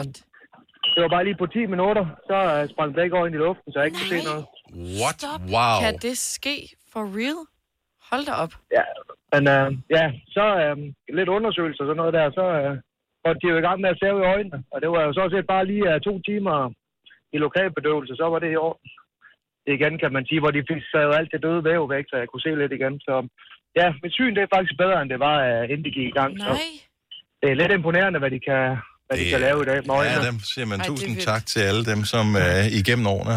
det var bare lige på 10 minutter, så sprang det ikke over ind i luften, så jeg ikke kunne se noget.
What? Wow.
Kan det ske for real? Hold da op.
Ja, men så lidt undersøgelser og sådan noget der, så var de jo i gang med at sæve i øjnene. Og det var jo så set bare lige 2 timer i lokalbedøvelse, så var det i år. Det igen, kan man sige, hvor de fik jo alt det døde væv væk, så jeg kunne se lidt igen. Så ja, mit syn det er faktisk bedre, end det var, inden de gik i gang. Så det er lidt imponerende, hvad de kan lave i dag med øjnene.
Ja, dem siger man tusind tak til alle dem, som igennem årene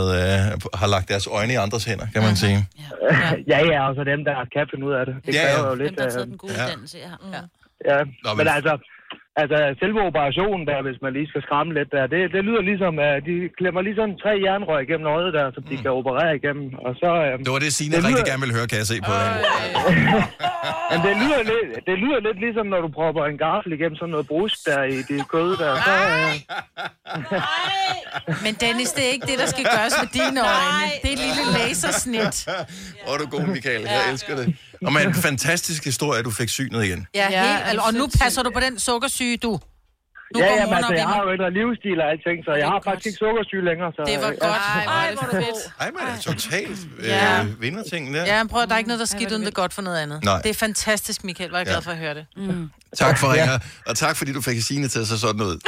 har lagt deres øjne i andres hænder, kan man sige.
Ja, og så dem, der kan finde ud af det. Det kræver jo lidt...
Dem, der har taget den gode uddannelse,
ja. Men altså, selve operationen der, hvis man lige skal skræmme lidt der, det lyder ligesom, at de klemmer lige sådan 3 jernrør igennem øjet der, som de kan operere igennem, og så... det
var det, Signe rigtig gerne ville høre, kan jeg se på hende.
Men det lyder lidt ligesom, når du propper en gaffel igennem sådan noget brusk der i det kød der, så...
Men Dennis, det er ikke det, der skal gøres med dine øjne. Det er et lille lasersnit.
Åh, du er god, Michael. Jeg elsker det. Og med en fantastisk historie, at du fik synet igen.
Ja, og nu passer du på den sukkersyge, du.
Jamen, altså, jeg har jo ændret livsstil og alting, så jeg har faktisk ikke sukkersyge længere. Så,
det var godt. Ej, hvor er det fedt.
Ej, men det er totalt vinderting der.
Ja, prøv, der er ikke noget, der er skidt uden det godt for noget andet.
Nej.
Det er fantastisk, Michael. Var jeg glad for at høre det.
Tak for ringer, og tak fordi du fik Signe til at se sådan ud.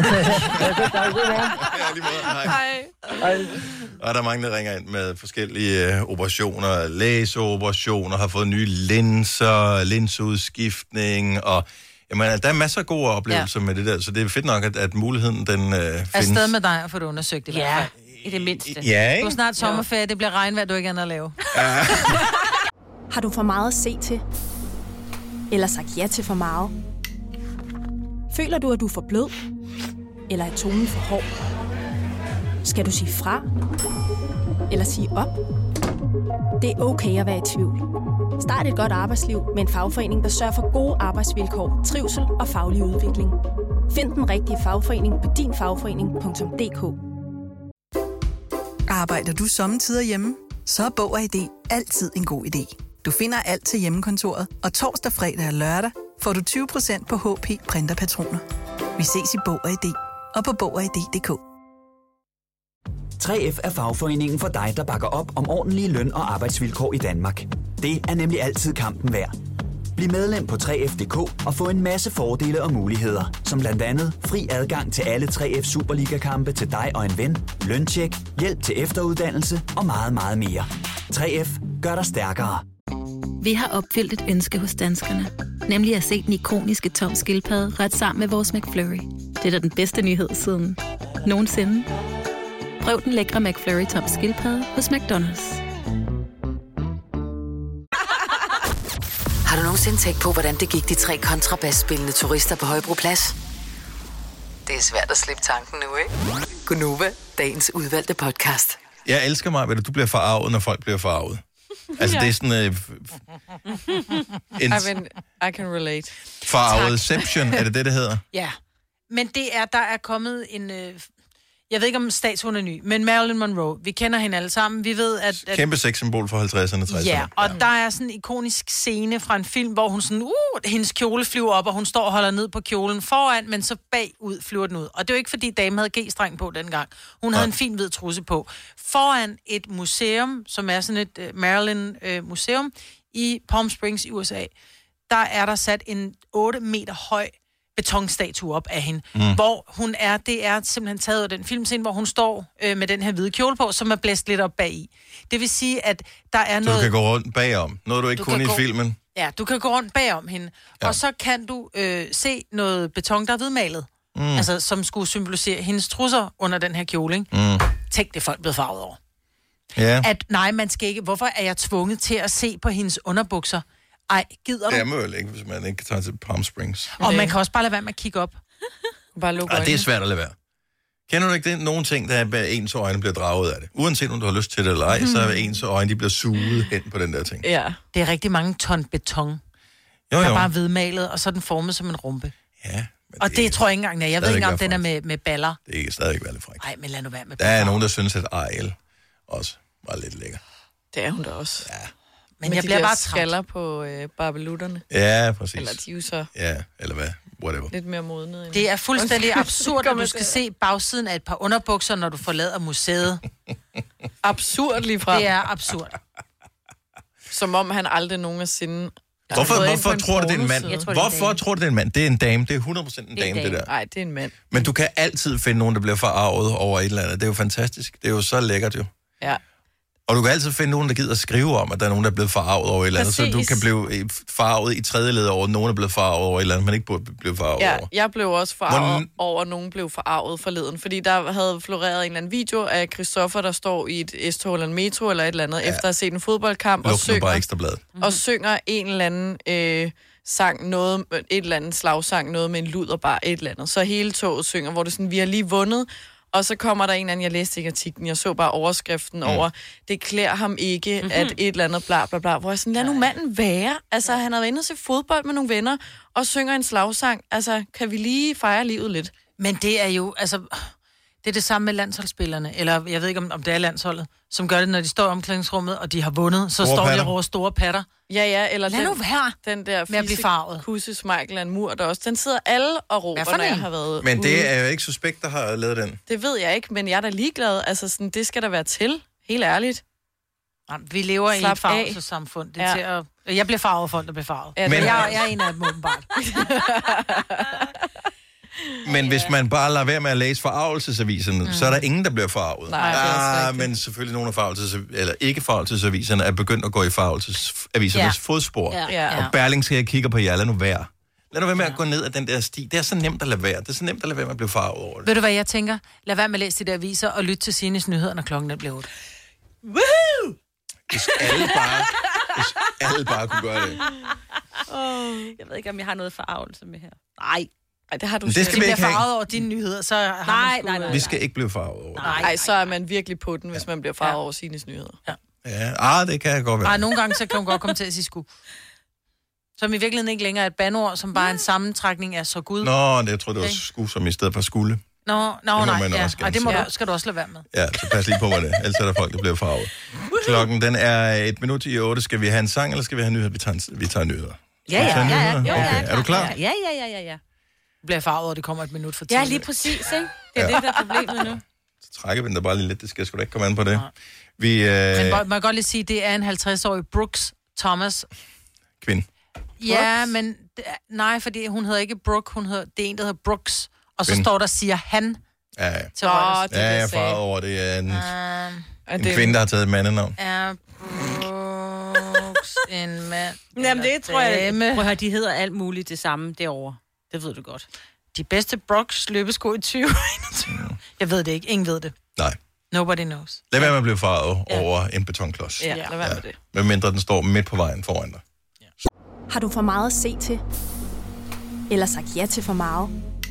Hej. Og der er mange, der ringer ind med forskellige operationer, laseroperationer, har fået nye linser, linseudskiftning, og jamen, der er masser af gode oplevelser med det der, så det er fedt nok, at muligheden den findes.
Afsted med dig at få det undersøgt i hvert fald.
I det mindste.
Ja,
du er snart sommerferie, det bliver regnvejr, du ikke andet at lave.
Har du for meget at se til? Eller sagt ja til for meget? Føler du, at du er for blød? Eller er tonen for hård? Skal du sige fra? Eller sige op? Det er okay at være i tvivl. Start et godt arbejdsliv med en fagforening, der sørger for gode arbejdsvilkår, trivsel og faglig udvikling. Find den rigtige fagforening på dinfagforening.dk.
Arbejder du sommetider hjemme? Så er Bog og ID altid en god idé. Du finder alt til hjemmekontoret, og torsdag, fredag og lørdag får du 20% på HP printerpatroner. Vi ses i Bog og ID og på Bog og ID.dk.
3F er fagforeningen for dig, der bakker op om ordentlige løn- og arbejdsvilkår i Danmark. Det er nemlig altid kampen værd. Bliv medlem på 3F.dk og få en masse fordele og muligheder, som blandt andet fri adgang til alle 3F Superliga-kampe til dig og en ven, løntjek, hjælp til efteruddannelse og meget, meget mere. 3F gør dig stærkere.
Vi har opfyldt et ønske hos danskerne, nemlig at se den ikoniske Tom Skildpadde ret sammen med vores McFlurry. Det er da den bedste nyhed siden nogensinde. Prøv den lækre McFlurry Tom Skildpadde hos McDonald's.
Har du nogensinde tænkt på, hvordan det gik de 3 kontrabasspillende turister på Højbroplads? Det er svært at slippe tanken nu, ikke? Gunova, dagens udvalgte podcast.
Jeg elsker mig, at du bliver forarvet, når folk bliver forarvet. Altså, det er sådan...
I can relate.
Forarvedception, er det, det hedder?
Ja, men det er, der er kommet en... Jeg ved ikke, om statuen er ny, men Marilyn Monroe, vi kender hende alle sammen. Vi ved, at
Kæmpe sexsymbol for 50'erne, 60'erne.
ja, og der er sådan en ikonisk scene fra en film, hvor hun sådan, hendes kjole flyver op, og hun står og holder ned på kjolen foran, men så bagud flyver den ud. Og det er jo ikke, fordi damen havde G-streng på dengang. Hun havde en fin hvid trusse på. Foran et museum, som er sådan et Marilyn-museum i Palm Springs i USA, der er der sat en 8 meter høj betonstatue op af hende, hvor hun er, det er simpelthen taget af den filmscene, hvor hun står med den her hvide kjole på, som er blæst lidt op bag i. Det vil sige, at der er
så
noget...
du kan gå rundt bagom. Noget, du ikke kunne i filmen.
Ja, du kan gå rundt bagom hende. Ja. Og så kan du se noget beton, der er hvidmalet. Altså, som skulle symbolisere hendes trusser under den her kjole, ikke? Tænk, det er folk blevet farvet over.
Ja.
At nej, man skal ikke... Hvorfor er jeg tvunget til at se på hendes underbukser? Ej, gider du?
Det er man ikke, hvis man ikke kan tage til Palm Springs.
Og man kan også bare lade være med at kigge op.
Bare lukke øjnene.
Det er svært at lade være. Kender du ikke det? Nogle ting, der er ens øjne bliver draget af det. Uanset om du har lyst til det eller ej, så er ens øjne, de bliver suget hen på den der ting.
Ja. Det er rigtig mange ton beton. Der er bare hvidmalet, og så er den formet som en rumpe.
Ja.
Og det tror jeg ikke engang, jeg ved ikke engang, om den er med baller.
Det er stadig være lidt frækt.
Nej, men lad nu være med
der er nogen, der synes, at Ariel også var lidt lækker.
Det er hun da også.
Ja.
Men jeg bliver bare træt.
Skaller på barbelutterne.
Ja, præcis.
Eller de er jo så...
Ja, eller hvad? Whatever.
Lidt mere modne.
Det er fuldstændig absurd, at du skal se bagsiden af et par underbukser, når du forlader museet.
Absurd lige fra.
Det er absurd.
Som om han aldrig nogensinde...
Hvorfor tror du, det er en mand? Hvorfor tror du, det er en mand? Det er en dame. Det er 100% en dame, det der.
Nej, det er en mand.
Men du kan altid finde nogen, der bliver forarvet over et eller andet. Det er jo fantastisk. Det er jo så lækkert jo.
Ja.
Og du kan altid finde nogen, der gider at skrive om, at der er nogen, der er blevet forarvet over et eller andet. Så du kan blive forarvet i tredje led over, at nogen er blevet forarvet over et eller andet, man ikke burde blive forarvet over.
Jeg blev også forarvet over, at nogen blev forarvet forleden. Fordi der havde floreret en eller anden video af Christoffer, der står i et S-tog eller en metro eller et eller andet, efter at have set en fodboldkamp. Og synger en eller anden sang, noget, et eller andet slagsang, noget med en luder, bare et eller andet. Så hele toget synger, hvor det sådan, vi har lige vundet. Og så kommer der en anden, jeg læste ikke artiklen, jeg så bare overskriften over, det klæder ham ikke, at et eller andet bla bla bla, hvor jeg sådan, lad nu manden være. Altså, han har været inde og se fodbold med nogle venner, og synger en slagsang. Altså, kan vi lige fejre livet lidt?
Men det er jo, altså, det er det samme med landsholdsspillerne, eller jeg ved ikke, om det er landsholdet, som gør det, når de står i omklædningsrummet, og de har vundet, så står de og råber store patter.
Ja, eller
lad nu være
den der
med at blive farvet.
Kusse Smeichel af en mur, der også, den sidder alle og råber, når jeg har været
Men det er jo ikke suspekt, der har lavet den.
Det ved jeg ikke, men jeg er da ligeglad. Altså, sådan, det skal der være til. Helt ærligt.
Vi lever i et farvelsesamfund. Det er til at... Jeg bliver farvet, folk der bliver farvet. Ja, men jeg er en af dem åbenbart.
Men hvis man bare lader være med at læse forarvelsesaviserne, så er der ingen, der bliver forarvet.
Nej,
men selvfølgelig nogle af eller ikke forarvelsesaviserne er begyndt at gå i forarvelsesavisernes fodspor.
Ja.
Og Berlingske kigger på jer, lad nu være. Lad nu være med at gå ned ad den der sti. Det er så nemt at lade være. Det er så nemt at lade være med at blive farvet over det.
Ved du, hvad jeg tænker? Lad være med at læse de der aviser og lytte til Signes nyheder, når klokken bliver 8.
Woohoo!
Hvis alle bare kunne gøre det.
Jeg ved ikke, om jeg har noget forarvelse med her. Nej.
Det har du
det skal vi ikke have.
farvet over dine nyheder, så har
nej.
Vi skal ikke blive farvet over det.
Nej, så er man virkelig på den, hvis man bliver farvet over Signes nyheder.
Ja, det kan jeg godt være.
Nogle gange så kan hun godt komme til at sige sku. Som i virkeligheden ikke længere er et bandord, som bare er en sammentrækning af så Gud.
Jeg tror, det var sku, som i stedet for skulle.
Nej. Det skal du også lade være med.
Ja, så pas lige på med det. Ellers er der folk, der bliver farvet. Klokken, den er 7:01. Skal vi have en sang, eller skal vi have nyheder? Vi tager nyheder.
Ja.
Okay. Er du klar?
Ja.
Bliver farvet, og det kommer et minut for tidligt.
Ja, lige præcis, ikke? Det er det, der er problemet nu.
Så trækker vi den da bare lige lidt. Det skal sgu da ikke komme an på det.
Men må jeg godt lige sige, det er en 50-årig Brooks Thomas.
Kvinde.
Ja, men nej, fordi hun hedder ikke Brooke, det er en, der hedder Brooks. Og så står der, siger han.
Ja.
Til højre.
Jeg er farvet over, det er en kvinde, der har taget et mandenavn.
Er Brooks en mand?
Jamen, det tror jeg. Prøv at høre, de hedder alt muligt det samme derovre. Det ved du godt.
De bedste Brooks løbesko i 2021. Jeg ved det ikke. Ingen ved det.
Nej.
Nobody knows.
Lad være med at blive farvet over en betonklods.
Ja, lad være med det.
Medmindre den står midt på vejen foran dig.
Har du for meget at se til? Eller sagt ja til for meget?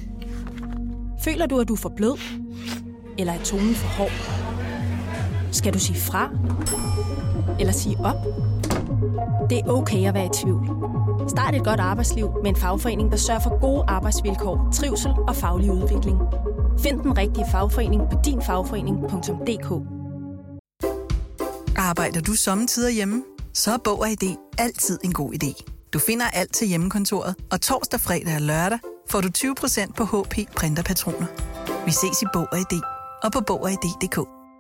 Føler du, at du er for blød? Eller er tonen for hård? Skal du sige fra? Eller sige op? Det er okay at være i tvivl. Start et godt arbejdsliv med en fagforening, der sørger for gode arbejdsvilkår, trivsel og faglig udvikling. Find den rigtige fagforening på dinfagforening.dk.
Arbejder du sommetider hjemme? Så er Bog og ID altid en god idé. Du finder alt til hjemmekontoret, og torsdag, fredag og lørdag får du 20% på HP printerpatroner. Vi ses i Bog og ID og på Bog og ID.dk.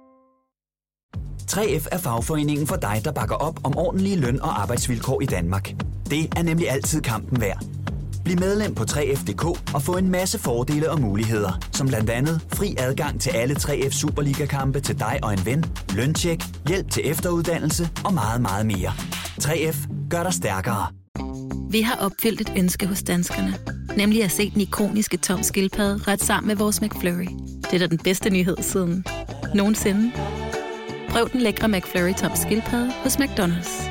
3F er fagforeningen for dig, der bakker op om ordentlige løn- og arbejdsvilkår i Danmark. Det er nemlig altid kampen værd. Bliv medlem på 3F.dk og få en masse fordele og muligheder, som blandt andet fri adgang til alle 3F Superliga-kampe til dig og en ven, løntjek, hjælp til efteruddannelse og meget, meget mere. 3F gør dig stærkere.
Vi har opfyldt et ønske hos danskerne. Nemlig at se den ikoniske Tom Skildpadde ret sammen med vores McFlurry. Det er da den bedste nyhed siden nogensinde. Prøv den lækre McFlurry Tom Skildpadde hos McDonald's.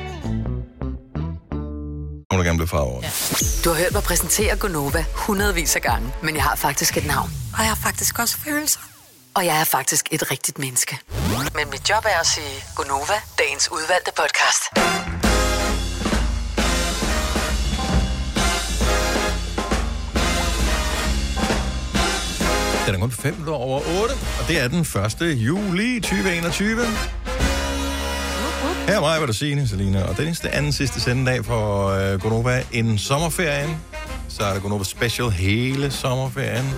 Der gerne blev farver.
Ja. Du har hørt mig præsentere Gonova hundredvis af gange, men jeg har faktisk et navn. Og jeg har faktisk også følelser. Og jeg er faktisk et rigtigt menneske. Men mit job er at sige Gonova, dagens udvalgte podcast.
Den er kun 5 over 8, og det er den 1. juli 2021. Her er mig, hvor der Signe, Selina og Dennis. Det anden sidste sendedag for Gonova inden sommerferien. Så er der Gonova Special hele sommerferien.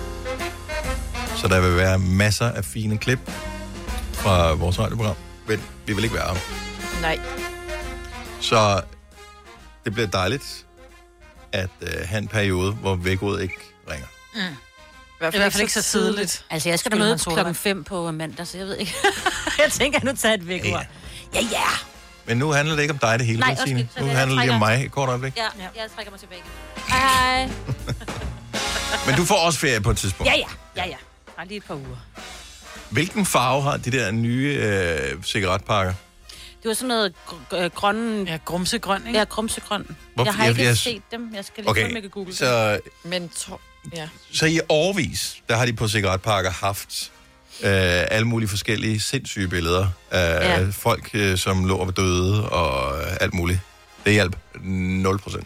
Så der vil være masser af fine klip fra vores radioprogram. Men vi vil ikke være her.
Nej.
Så det bliver dejligt at have en periode, hvor vækkeordet ikke ringer.
I hvert fald ikke så tidligt.
Altså, jeg skal da møde klokken 5 på mandag, så jeg ved ikke. Jeg tænker, at nu tager et vækord. Ja.
Men nu handler det ikke om dig det hele,
Nej,
Signe. Nu handler det om mig et kort øjeblik.
Ja, jeg trækker mig tilbage. Hej.
Men du får også ferie på et tidspunkt.
Ja. Bare lige et par uger.
Hvilken farve har de der nye cigaretpakker?
Det var sådan noget grønne...
Ja, grumsegrøn, ikke?
Ja, grumsegrøn.
Hvorfor?
Jeg har ikke set dem. Jeg skal lige ikke google
så,
men
så i årevis, der har de på cigaretpakker haft alle mulige forskellige sindssyge billeder af folk, som lå og var døde og alt muligt. Det hjalp 0%.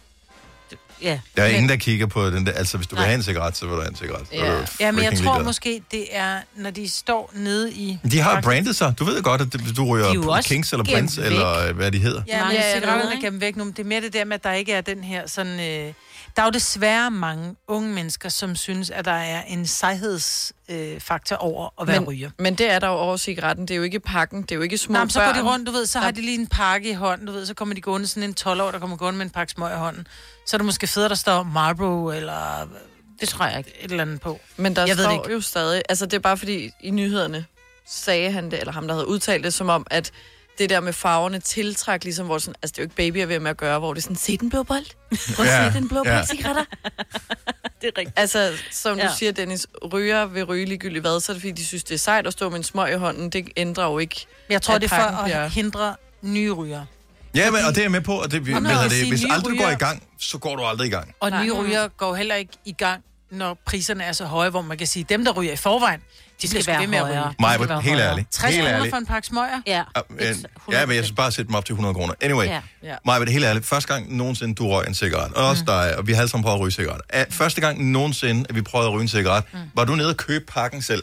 Ja.
Der er ingen, der kigger på den der. Altså, hvis du vil have en cigaret, så vil du have en cigaret.
Ja, men jeg tror måske, det er, når de står nede i...
De har brandet sig. Du ved godt, at du ryger Kings eller Prince, eller hvad de hedder.
Ja, men cigaretterne er gemt væk nu. Det er mere det der med, at der ikke er den her sådan... Der er jo desværre mange unge mennesker, som synes, at der er en sejhedsfaktor over at være ryger.
Men det er der jo over cigaretten. Det er jo ikke pakken. Det er jo ikke små børn.
Så går de rundt, du ved, så har de lige en pakke i hånden, du ved, så kommer de gående sådan en 12-år, der kommer gående med en pakke smøg i hånden. Så er det måske federe, der står Marlboro, eller...
Det tror jeg ikke.
Et eller andet på.
Men der står jo stadig... Altså, det er bare fordi, i nyhederne sagde han det, eller ham, der havde udtalt det, som om, at det der med farverne tiltræk, ligesom hvor sådan, altså det er jo ikke babyer ved med at gøre, hvor det er sådan, se den blå bold. Prøv at se den blå bold, cigaretter. Det er rigtigt. Altså, som du siger, Dennis, ryger vil ryge ligegyldigt hvad, så er det fordi, de synes, det er sejt at stå med en smøg i hånden. Det ændrer jo ikke.
Jeg tror, det er for at hindre nye ryger.
Ja, men, og det er jeg med på, og det, hvis aldrig du går i gang, så går du aldrig i gang.
Og nye ryger går heller ikke i gang, når priserne er så høje, hvor man kan sige, dem der ryger i forvejen, de skal være med at ryge.
Maja, helt ærligt.
60 kroner for en pakke smøger?
Ja.
Ja, men jeg skal bare sætte dem op til 100 kroner. Anyway, Maja, helt ærligt. Første gang nogensinde, du røg en cigaret, og også dig, og vi har alle sammen prøvet at ryge cigaret. Første gang nogensinde, at vi prøvede at ryge en cigaret, var du nede og købe pakken selv?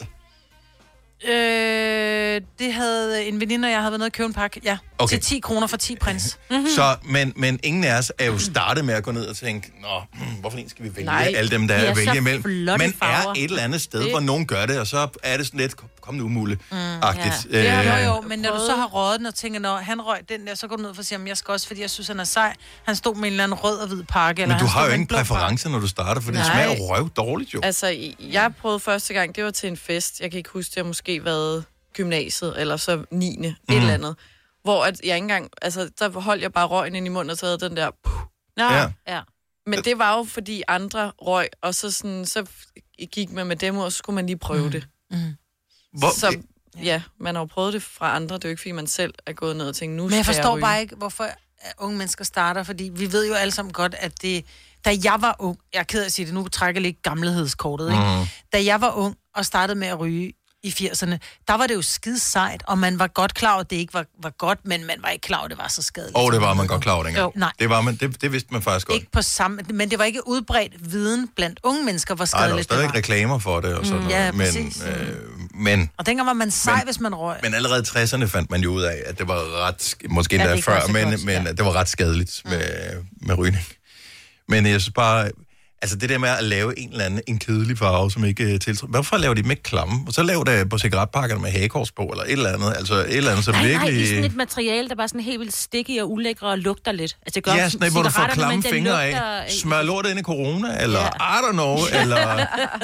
Det havde en veninde, og jeg havde været nede og købe en pakke, til 10 kroner for 10 prins.
Så, men ingen af os er jo startet med at gå ned og tænke, hvorfor en skal vi vælge alle dem, der er at vælge imellem? Men er et eller andet sted, hvor nogen gør det, og så er det sådan lidt, kom nu muligt-agtigt.
Jo, men når du så har røget den og tænker, når han røg den der, så går du ned for at sige, jeg skal også, fordi jeg synes, han er sej. Han stod med en eller anden rød og hvid pakke.
Men du har jo ingen præference, når du starter, for det smager røv dårligt jo.
Altså, jeg prøvede første gang, det var til en fest. Jeg kan ikke huske, det har måske været gymnasiet, eller så 9. et eller andet. Hvor at jeg ikke engang, altså, der holdt jeg bare røgen ind i munden og taget den der...
Ja.
Men det var jo, fordi andre røg, og så gik man med dem, og så skulle man lige prøve det. Så man har jo prøvet det fra andre. Det er jo ikke, fordi man selv er gået ned og tænkt, nu skal jeg ryge.
Men jeg forstår bare ikke, hvorfor unge mennesker starter, fordi vi ved jo alle sammen godt, at det... Da jeg var ung, jeg er ked af at sige det, nu trækker jeg lidt gammelhedskortet, ikke? Da jeg var ung og startede med at ryge, i 80'erne, der var det jo skide sejt, og man var godt klar over, at det ikke var godt, men man var ikke klar over, at det var så skadeligt.
Og det var man godt klar over dengang.
Nej.
Det var man, det vidste man faktisk godt.
Ikke på samme, men det var ikke udbredt viden blandt unge mennesker, hvor skadeligt
det var. Der var stadig reklamer for det og sådan noget.
Ja,
men
og dengang var man sej, hvis man røg.
Men allerede i 60'erne fandt man jo ud af, at det var ret, måske endda før, men det var ret skadeligt med rygning. Men jeg synes bare, altså det der med at lave en eller anden en kedelig farve, som ikke tiltrækker. Hvorfor laver de dem ikke klamme? Og så laver det på cigaretpakkerne med hagekors på, eller et eller andet. Altså et eller andet, så virkelig...
Nej, det er sådan et materiale, der bare sådan helt vildt sticky og ulækre og lugter lidt. Altså, det gør
ja, sådan hvor du får klamme fingre af. Smør lortet ind i corona, eller I don't know, eller...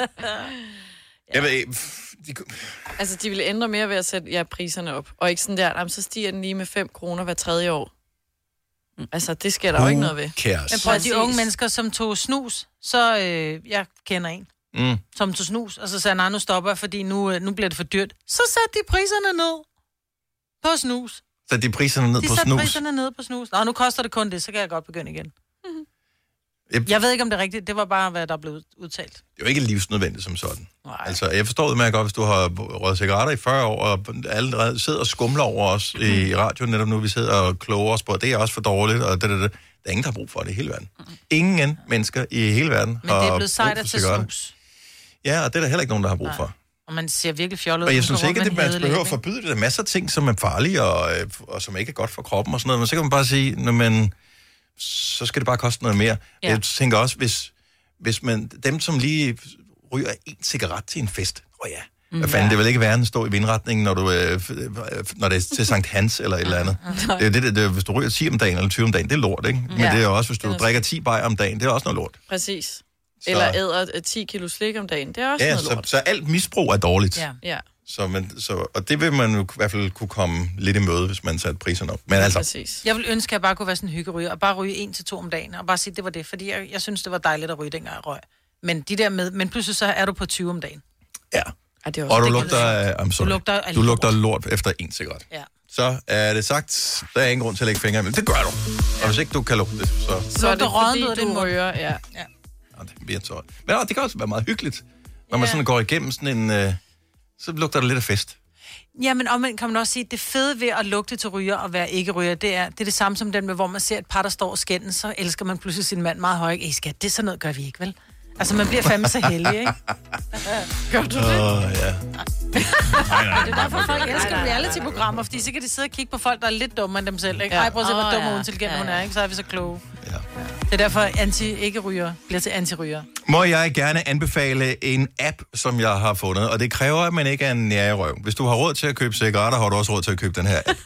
Jeg ved...
Altså, de ville ændre mere ved at sætte priserne op. Og ikke sådan der, så stiger den lige med 5 kroner hver 3. år. Altså, det sker der jo ikke noget ved.
Men prøv de unge mennesker, som tog snus, så jeg kender en, som tog snus, og så sagde han, nu stopper jeg, fordi nu bliver det for dyrt. Så satte de priserne ned på snus.
Satte de priserne ned på snus?
De satte priserne ned på snus. Nå, nu koster det kun det, så kan jeg godt begynde igen. Jeg ved ikke, om det er rigtigt. Det var bare, hvad der blev udtalt.
Det er jo ikke livsnødvendigt som sådan. Nej. Altså, jeg forstår det meget godt, hvis du har røget cigaretter i 40 år, og allerede sidder og skumler over os i radioen, netop nu vi sidder og kloger os på, det er også for dårligt, og det. Der er ingen, der har brug for det i hele verden. Ingen mennesker i hele verden har brug for cigaretter. Men det er blevet sejt at tage snus. Ja, og det er der heller ikke nogen, der har brug for.
Og man ser virkelig fjollet ud.
Og jeg synes ikke, at man behøver at forbyde det. Der er masser af ting, som er farlige, og som ikke er godt for kroppen og sådan noget. Men så kan man bare sige, så skal det bare koste noget mere. Ja. Jeg tænker også, hvis man, dem som lige ryger en cigaret til en fest, hvad fanden, det vil ikke være at stå i vindretningen, når det er til Sankt Hans eller et eller andet. Det er, hvis du ryger 10 om dagen eller 20 om dagen, det er lort, ikke? Men det er også, hvis du drikker 10 bajer om dagen, det er også noget lort.
Præcis. Eller æder 10 kilo slik om dagen, det er også noget lort.
Så alt misbrug er dårligt.
Ja.
Og det vil man jo i hvert fald kunne komme lidt i møde, hvis man satte priserne op. Men altså...
Præcis. Jeg vil ønske, at jeg bare kunne være sådan en hyggeryger, og bare ryge 1 til 2 om dagen, og bare sige, det var det, fordi jeg synes, det var dejligt at ryge, dengang jeg røg. Men pludselig så er du på 20 om dagen.
Ja. Og du lugter lort efter 1 cigaret.
Ja.
Så er det sagt, der er ingen grund til at lægge fingre imellem. Det gør du. Og hvis ikke du kan lugte det,
så er det fordi, du ryger, ja.
Det bliver tørt. Men det kan også være meget hyggeligt, når man sådan går igennem sådan en... så lugter det lidt af fest.
Ja, men omvendt kan man også sige, at det fede ved at lugte til ryger og være ikke ryger, det er det samme som den med, hvor man ser et par, der står og skændes, så elsker man pludselig sin mand meget højt. Skat, det er sådan noget, gør vi ikke, vel? Altså, man bliver fandme så heldig, ikke?
Gør du det?
Ja.
Nej. Det er derfor, folk elsker reality-programmer, fordi så kan de sidde og kigge på folk, der er lidt dummere end dem selv, ikke? Ej, prøv at se, hvor dum og uintelligent hun er, ikke? Så er vi så kloge. Ja. Det er derfor, anti-ikke-ryger bliver til anti-ryger.
Må jeg gerne anbefale en app, som jeg har fundet, og det kræver, at man ikke er en nærerøv. Hvis du har råd til at købe cigaretter, har du også råd til at købe den her app.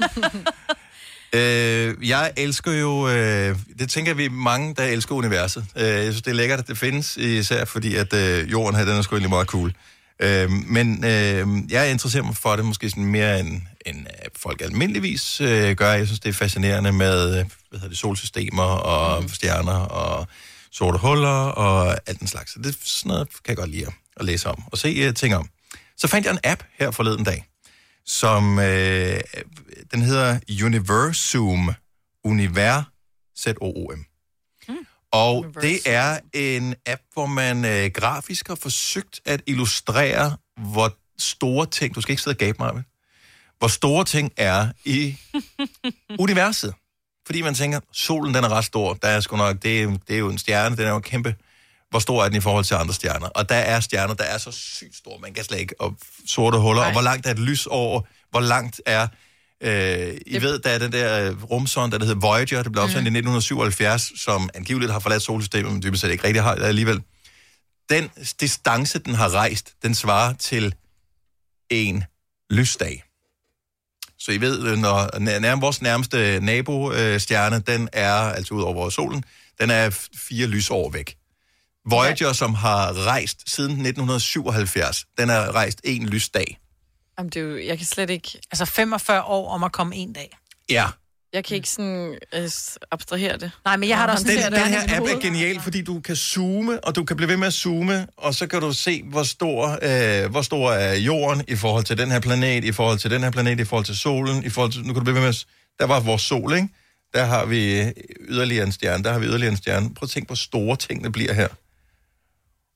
Jeg elsker jo, det tænker vi mange, der elsker universet. Jeg synes, det er lækkert, at det findes, især fordi, at jorden her, den er sgu egentlig meget cool. Men jeg interesserer mig for det måske sådan mere, end folk almindeligvis gør. Jeg synes, det er fascinerende med solsystemer og stjerner og sorte huller og alt den slags. Så det sådan noget kan jeg godt lide at læse om og se ting om. Så fandt jeg en app her forleden dag, som den hedder Universum. Universum. Og det er en app, hvor man grafisk har forsøgt at illustrere, hvor store ting, du skal ikke sidde og gabe mig, hvor store ting er i universet. Fordi man tænker, solen den er ret stor, der er sgu nok, det er jo en stjerne, den er jo kæmpe. Hvor stor er den i forhold til andre stjerner? Og der er stjerner, der er så sygt store, man kan slet ikke, og sorte huller, og hvor langt er et lysår, hvor langt er... I ved, der er den der rumsonde, der hedder Voyager, det blev opsendt i 1977, som angiveligt har forladt solsystemet, men dybest set ikke rigtig har det alligevel. Den distance, den har rejst, den svarer til en lysdag. Så I ved, når vores nærmeste nabostjerne, den er, altså ud over solen, den er 4 lysår væk. Voyager, som har rejst siden 1977, den har rejst 1 lysdag.
Jamen, det er jo, jeg kan slet ikke...
Altså 45 år om at komme 1 dag.
Ja.
Jeg kan ikke sådan abstrahere det.
Nej, men jeg har da også...
Den her app er genial, fordi du kan zoome, og du kan blive ved med at zoome, og så kan du se, hvor stor er jorden i forhold til den her planet, i forhold til den her planet, i forhold til solen, i forhold til... Nu kan du blive ved med at... Der var vores sol, ikke? Der har vi yderligere en stjerne, Prøv at tænke, hvor store tingene bliver her.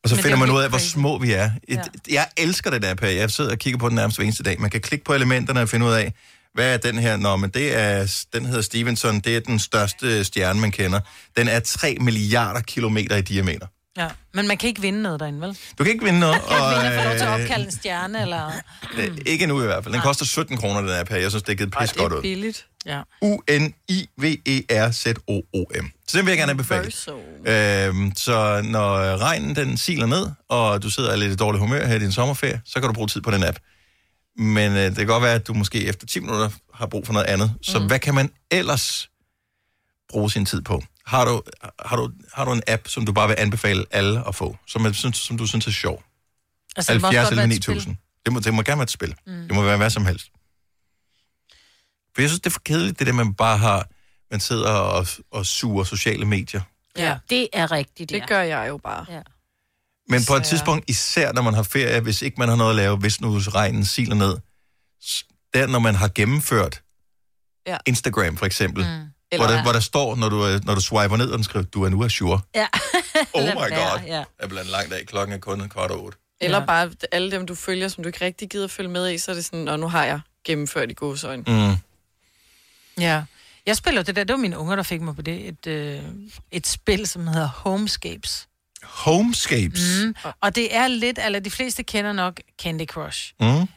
Og så finder man ud af, hvor små vi er. Jeg elsker det der, Per. Jeg sidder og kigger på den nærmest hver eneste dag. Man kan klikke på elementerne og finde ud af, hvad er den her? Nå, men den hedder Stevenson. Det er den største stjerne, man kender. Den er 3 milliarder kilometer i diameter.
Ja, men man kan ikke vinde noget derinde, vel?
Du kan ikke vinde noget.
Man kan ikke vinde for lov til at opkalde en stjerne, eller...
Ikke endnu i hvert fald. Den koster 17 kroner, den her, Per. Jeg synes, det er givet pis godt ud.
Det er billigt.
Ja.
UNIVERZOM. Så den vil jeg gerne anbefale. Så når regnen den siler ned, og du sidder lidt i dårlig humør her i din sommerferie, så kan du bruge tid på den app. Men det kan godt være, at du måske efter 10 minutter har brug for noget andet. Så hvad kan man ellers bruge sin tid på? Har du en app, som du bare vil anbefale alle at få, som du synes er sjov?
Altså,
70 eller 9000. Det må gerne være et spil. Det må være hvad som helst. For jeg synes, det er for kedeligt, det der, man sidder og suger sociale medier.
Ja, det er rigtigt.
Det gør jeg jo bare.
Ja.
Men på et tidspunkt, især når man har ferie, hvis ikke man har noget at lave, hvis nu regnen siler ned, der når man har gennemført Instagram for eksempel, hvor der står, når du swiper ned, og den skriver, du er nu sure.
Ja.
Oh my god. Jeg er blandt en lang dag, klokken er kun 7:15.
Eller bare alle dem, du følger, som du ikke rigtig gider følge med i, så er det sådan, og nu har jeg gennemført i gåseøjne.
Ja. Jeg spiller det var mine unger, der fik mig på det. Et spil, som hedder Homescapes.
Homescapes?
Og det er lidt, eller de fleste kender nok Candy Crush.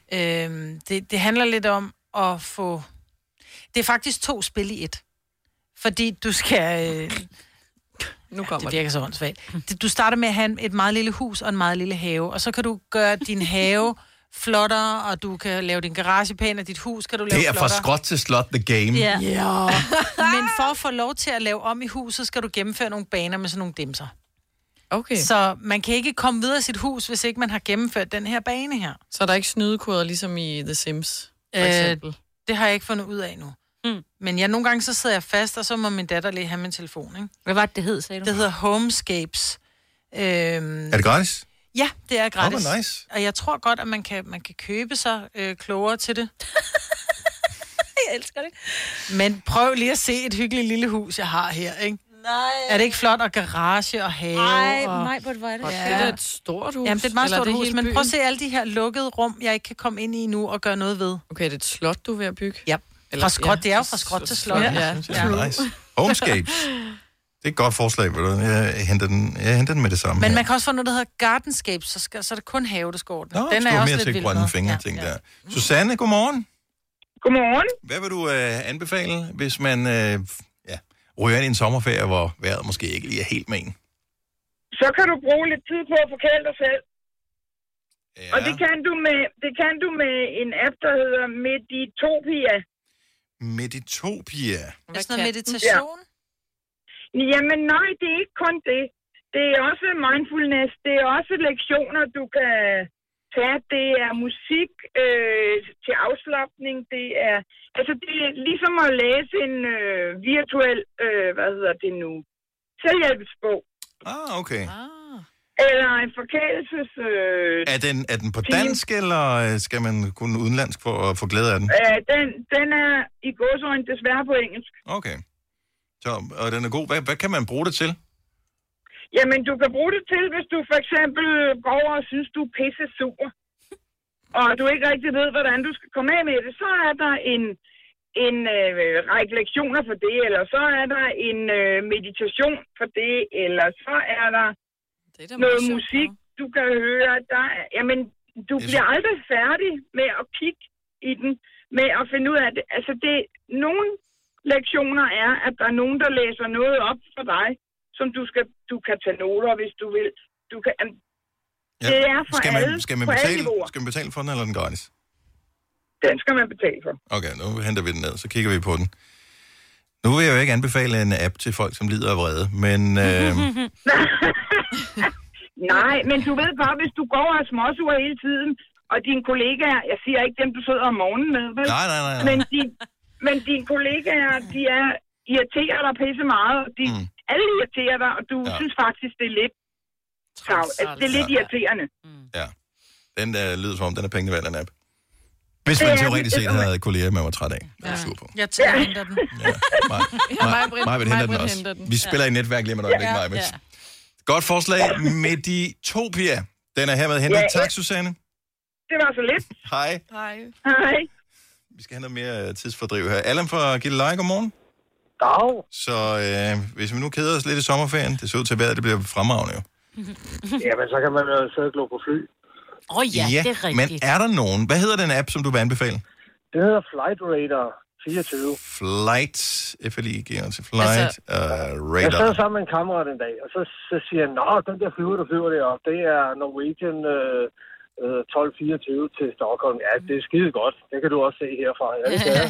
Det handler lidt om at få... Det er faktisk 2 spil i et. Fordi du skal...
Nu kommer
det virker så åndssvagt. Du starter med at have et meget lille hus og en meget lille have, og så kan du gøre din have flottere, og du kan lave din garage pæn, og dit hus kan du lave flottere.
Det er fra skråt til slot, the game.
Ja. Men for at få lov til at lave om i huset, skal du gennemføre nogle baner med sådan nogle dimser.
Okay.
Så man kan ikke komme videre i sit hus, hvis ikke man har gennemført den her bane her.
Så er der ikke snydekoder, ligesom i The Sims, for eksempel?
Det har jeg ikke fundet ud af nu. Men nogle gange så sidder jeg fast, og så må min datter lige have min telefon, ikke?
Hvad var det hed, sagde du?
Det hedder Homescapes.
Er det gratis?
Ja, det er gratis.
Nice.
Og jeg tror godt, at man kan købe sig klogere til det. Jeg elsker det. Men prøv lige at se et hyggeligt lille hus, jeg har her, ikke?
Nej.
Er det ikke flot? Og garage og have.
Nej, hvor er det?
Ja. Det er et stort hus.
Jamen, det er et meget stort hus, men prøv at se alle de her lukkede rum, jeg ikke kan komme ind i nu og gøre noget ved.
Okay, det er et slot, du er ved at bygge?
Ja. Fra skråt, det er jo fra skråt til slot.
Ja. Nice. Homescapes. Det er et godt forslag, ved du. Jeg henter den med det samme.
Men man kan også få noget, der hedder Gardenscapes, så er det kun have, det skal ordne.
Den er også lidt vild. Grønne fingre, ting der. Susanne, godmorgen.
Godmorgen.
Hvad vil du anbefale, hvis man ryger ind i en sommerferie, hvor vejret måske ikke lige er helt med en?
Så kan du bruge lidt tid på at forkæle dig selv. Ja. Og det kan du med en app, der hedder Meditopia.
Meditopia?
Er det sådan noget meditation?
Ja. Jamen nej, det er ikke kun det. Det er også mindfulness. Det er også lektioner, du kan tage. Det er musik til afslapning. Det er ligesom at læse en virtuel, selvhjælpsbog.
Okay.
Eller en forkælelses...
Er den på dansk, eller skal man kunne udenlandsk for at få glæde af den?
Den er i gåseøjne desværre på engelsk.
Okay. Så, og den er god. Hvad kan man bruge det til?
Jamen, du kan bruge det til, hvis du for eksempel går over og synes, du er pisse sur, og du ikke rigtig ved, hvordan du skal komme af med det, så er der en række lektioner for det, eller så er der en meditation for det, eller så er der noget musik, du kan høre. Jamen, du bliver aldrig færdig med at kigge i den, med at finde ud af det. Altså, nogle lektioner er, at der er nogen, der læser noget op for dig, som du kan tage noter, hvis du vil. Du kan, det er for
skal man betale for den, eller er den gratis?
Den skal man betale for.
Okay, nu henter vi den ned, så kigger vi på den. Nu vil jeg jo ikke anbefale en app til folk, som lider af vrede, men...
Nej, men du ved bare, hvis du går og småsuger hele tiden, og dine kollegaer, jeg siger ikke dem, du sidder om morgenen med, vel?
Nej.
Men dine kollegaer, de irriterer dig pisse meget, og alle irriterer dig, og du synes faktisk, det er lidt det er lidt irriterende.
Ja, den der lyder som om, den er pengene værd, den app. Hvis man teoretisk set havde kolleger, man var træt af. Det er sur på.
Jeg henter den.
Mig henter den også. Vi spiller i netværk lige med et øjeblik, Maja. Godt forslag. Meditopia. Den er hermed hentet. Tak, Susanne.
Det var så lidt.
Hej.
Hej.
Vi skal have noget mere tidsfordriv her. Allan fra Gilleleje, godmorgen.
Dag.
Så hvis vi nu keder os lidt i sommerferien, det ser ud til at være, at det bliver fremragende jo.
Jamen, så kan man jo sidde og glo på fly.
Ja, det er rigtigt.
Men er der nogen? Hvad hedder den app, som du vil anbefale?
Det hedder Flight Radar 24.
Flight, FLIG, altså Flight Radar.
Jeg sad sammen med en kammerat en dag, og så siger han, den der flyver, der flyver deroppe, det er Norwegian 1224 til Stockholm. Ja, det er skide godt. Det kan du også se herfra. Ja, det kan jeg.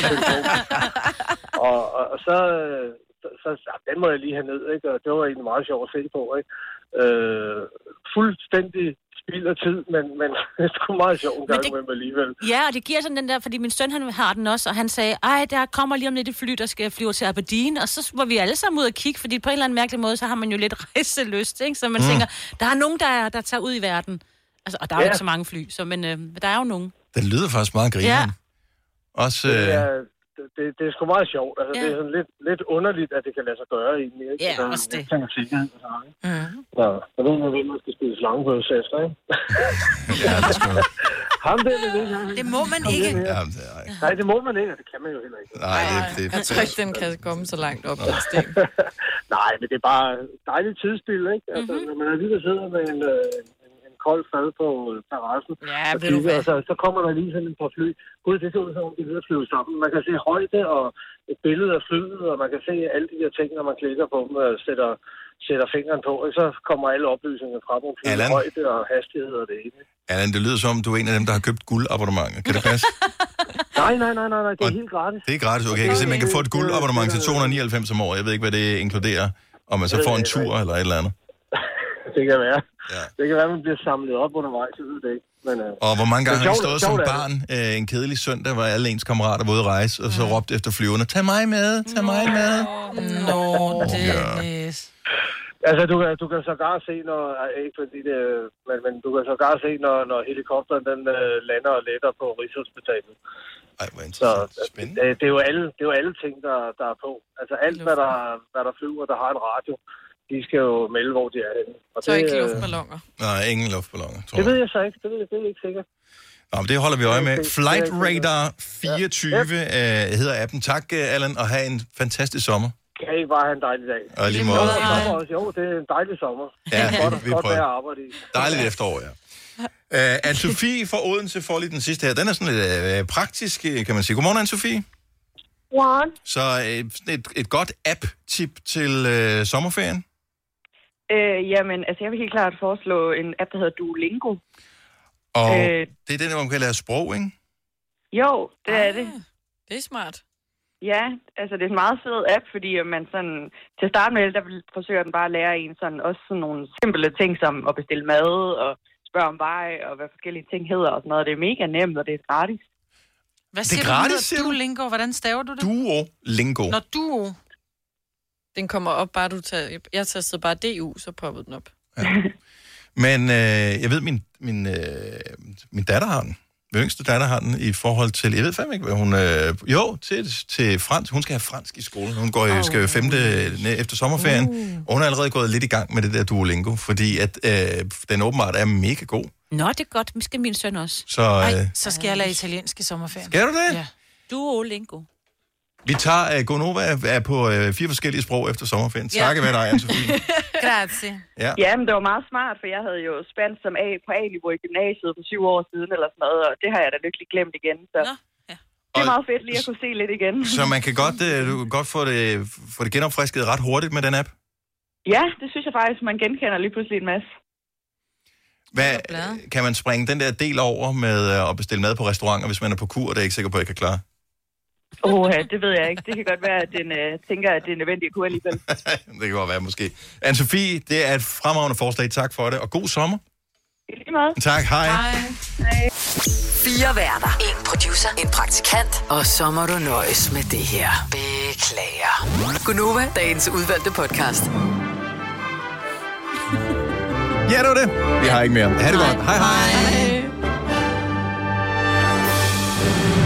Og så den må jeg lige have ned, ikke? Og det var egentlig meget sjovt at se på, ikke? Fuldstændig spild af tid, men det er sgu meget sjovt en gang med alligevel.
Ja, og det giver sådan den der, fordi min søn, han har den også, og han sagde, der kommer lige om lidt et fly, der skal flyve til Aberdeen, og så var vi alle sammen ud og kigge, fordi på en eller anden mærkelig måde, så har man jo lidt rejselyst, ikke? Så man tænker, der er nogen, der tager ud i verden. Altså, og der er jo ikke så mange fly, men der er jo nogen.
Den lyder faktisk meget grineren. Ja. Også...
Det er sgu meget sjovt. Altså, det er sådan lidt underligt, at det kan lade sig gøre egentlig. Ikke?
Ja, også det.
Jeg ved ikke, hvem man skal spise slangebøs efter, ikke?
Ja, det skal man.
Det må man ikke.
Nej, det må man ikke, og det kan man jo heller ikke.
Nej,
jeg tror ikke, den kan komme så langt op, den sten.
Nej, men det er bare dejligt tidsspil, ikke? Altså, når man alligevel sidder med en kold fad på terrassen, så kommer der lige sådan et par fly. Gud, det ser ud som om de er ved at flyve sammen. Man kan se højde og et billede af flyet, og man kan se alle de der ting, når man klikker på dem og sætter fingeren på, og så kommer alle oplysninger frem om flyet, højde og hastighed og det ene.
Allan, det lyder som, du er en af dem, der har købt guldabonnementer. Kan det passe?
Nej, det er helt gratis.
Det er gratis, okay. Jeg kan se, man kan få et guldabonnement til 299 om året. Jeg ved ikke, hvad det inkluderer, om man så får en tur eller et eller andet.
Det kan være. Ja. Det kan være, at man bliver samlet op undervejs, jeg ved det ikke. Men,
og hvor mange gange har I stået som barn en kedelig søndag, hvor alle ens kammerater var ude at rejse, og så råbte efter flyverne, tag mig med.
Dennis.
Altså, du kan sågar se, ikke fordi det, men du kan sågar se, når helikopteren den lander og letter på Rigshospitalet.
Ej, hvor interessant. Spændende.
Det er jo alle ting, der er på. Altså alt, hvad der flyver, der har en radio, de skal jo melde, hvor de er henne. Og
så ikke luftballoner?
Nej, ingen luftballoner, tror jeg.
Det ved jeg så ikke. Det er ikke sikkert.
Nå, men det holder vi øje med. Flight Radar 24 hedder appen. Tak, Allan, og have en fantastisk sommer.
Kan I bare have en dejlig dag.
Og lige måde.
Jo, det er en dejlig sommer.
Ja, vi
godt
prøver.
at arbejde i.
Dejligt efterår, ja. Anne-Sophie fra Odense får lige den sidste her. Den er sådan lidt praktisk, kan man sige. Godmorgen, Anne-Sophie.
Godmorgen.
Så et godt app-tip til sommerferien?
Jamen, altså jeg vil helt klart foreslå en app, der hedder Duolingo.
Og det er den, hvor man kan lære sprog, ikke?
Jo, det er det.
Det er smart.
Ja, altså det er en meget fed app, fordi man sådan, til at starte med, der forsøger den bare at lære en sådan, også sådan nogle simple ting, som at bestille mad og spørge om vej, og hvad forskellige ting hedder og sådan noget. Det er mega nemt, og det er gratis.
Hvad siger du? Gratis, Duolingo? Hvordan staver du det?
Duolingo.
Når Duo.
Den kommer op, bare du tager... Jeg tastede bare DU, så poppede den op.
Ja. Men jeg ved, min datter har den. Min yngste datter har den i forhold til... Jeg ved fandme ikke, hvad hun... til fransk. Hun skal have fransk i skolen. Hun skal jo 5. efter sommerferien. Og hun er allerede gået lidt i gang med det der Duolingo, fordi at den åbenbart er mega god.
Nå, det er godt. Vi skal min søn også.
Så skal jeg lære italiensk i sommerferien.
Skal du det?
Ja.
Duolingo.
Vi tager Gonova er på 4 forskellige sprog efter sommerferien. Takke være dig, Anne-Sophie.
Grazie. Ja, men det var meget smart, for jeg havde jo spansk som på A-niveau i gymnasiet for 7 år siden eller sådan noget, og det har jeg da lykkeligt glemt igen. Så det er meget fedt lige at kunne se lidt igen.
Så man kan godt få det genopfrisket ret hurtigt med den app?
Ja, det synes jeg faktisk, man genkender lige pludselig en masse.
Kan man springe den der del over med at bestille mad på restauranter, hvis man er på kur, og det er ikke sikker på, at jeg kan klare?
Det ved jeg ikke. Det kan godt være, at den tænker, at det er nødvendigt at kunne alligevel.
Det kan godt være, måske. Anne-Sophie, det er et fremragende forslag. Tak for det, og god sommer.
I lige måde.
Tak, hej.
Hej. 4 værter. 1 producer. 1 praktikant. Og så må du nøjes med det her. Beklager. Gunova, dagens udvalgte podcast.
Ja, det var det. Vi har ikke mere. Ha' det godt. Hej, hej.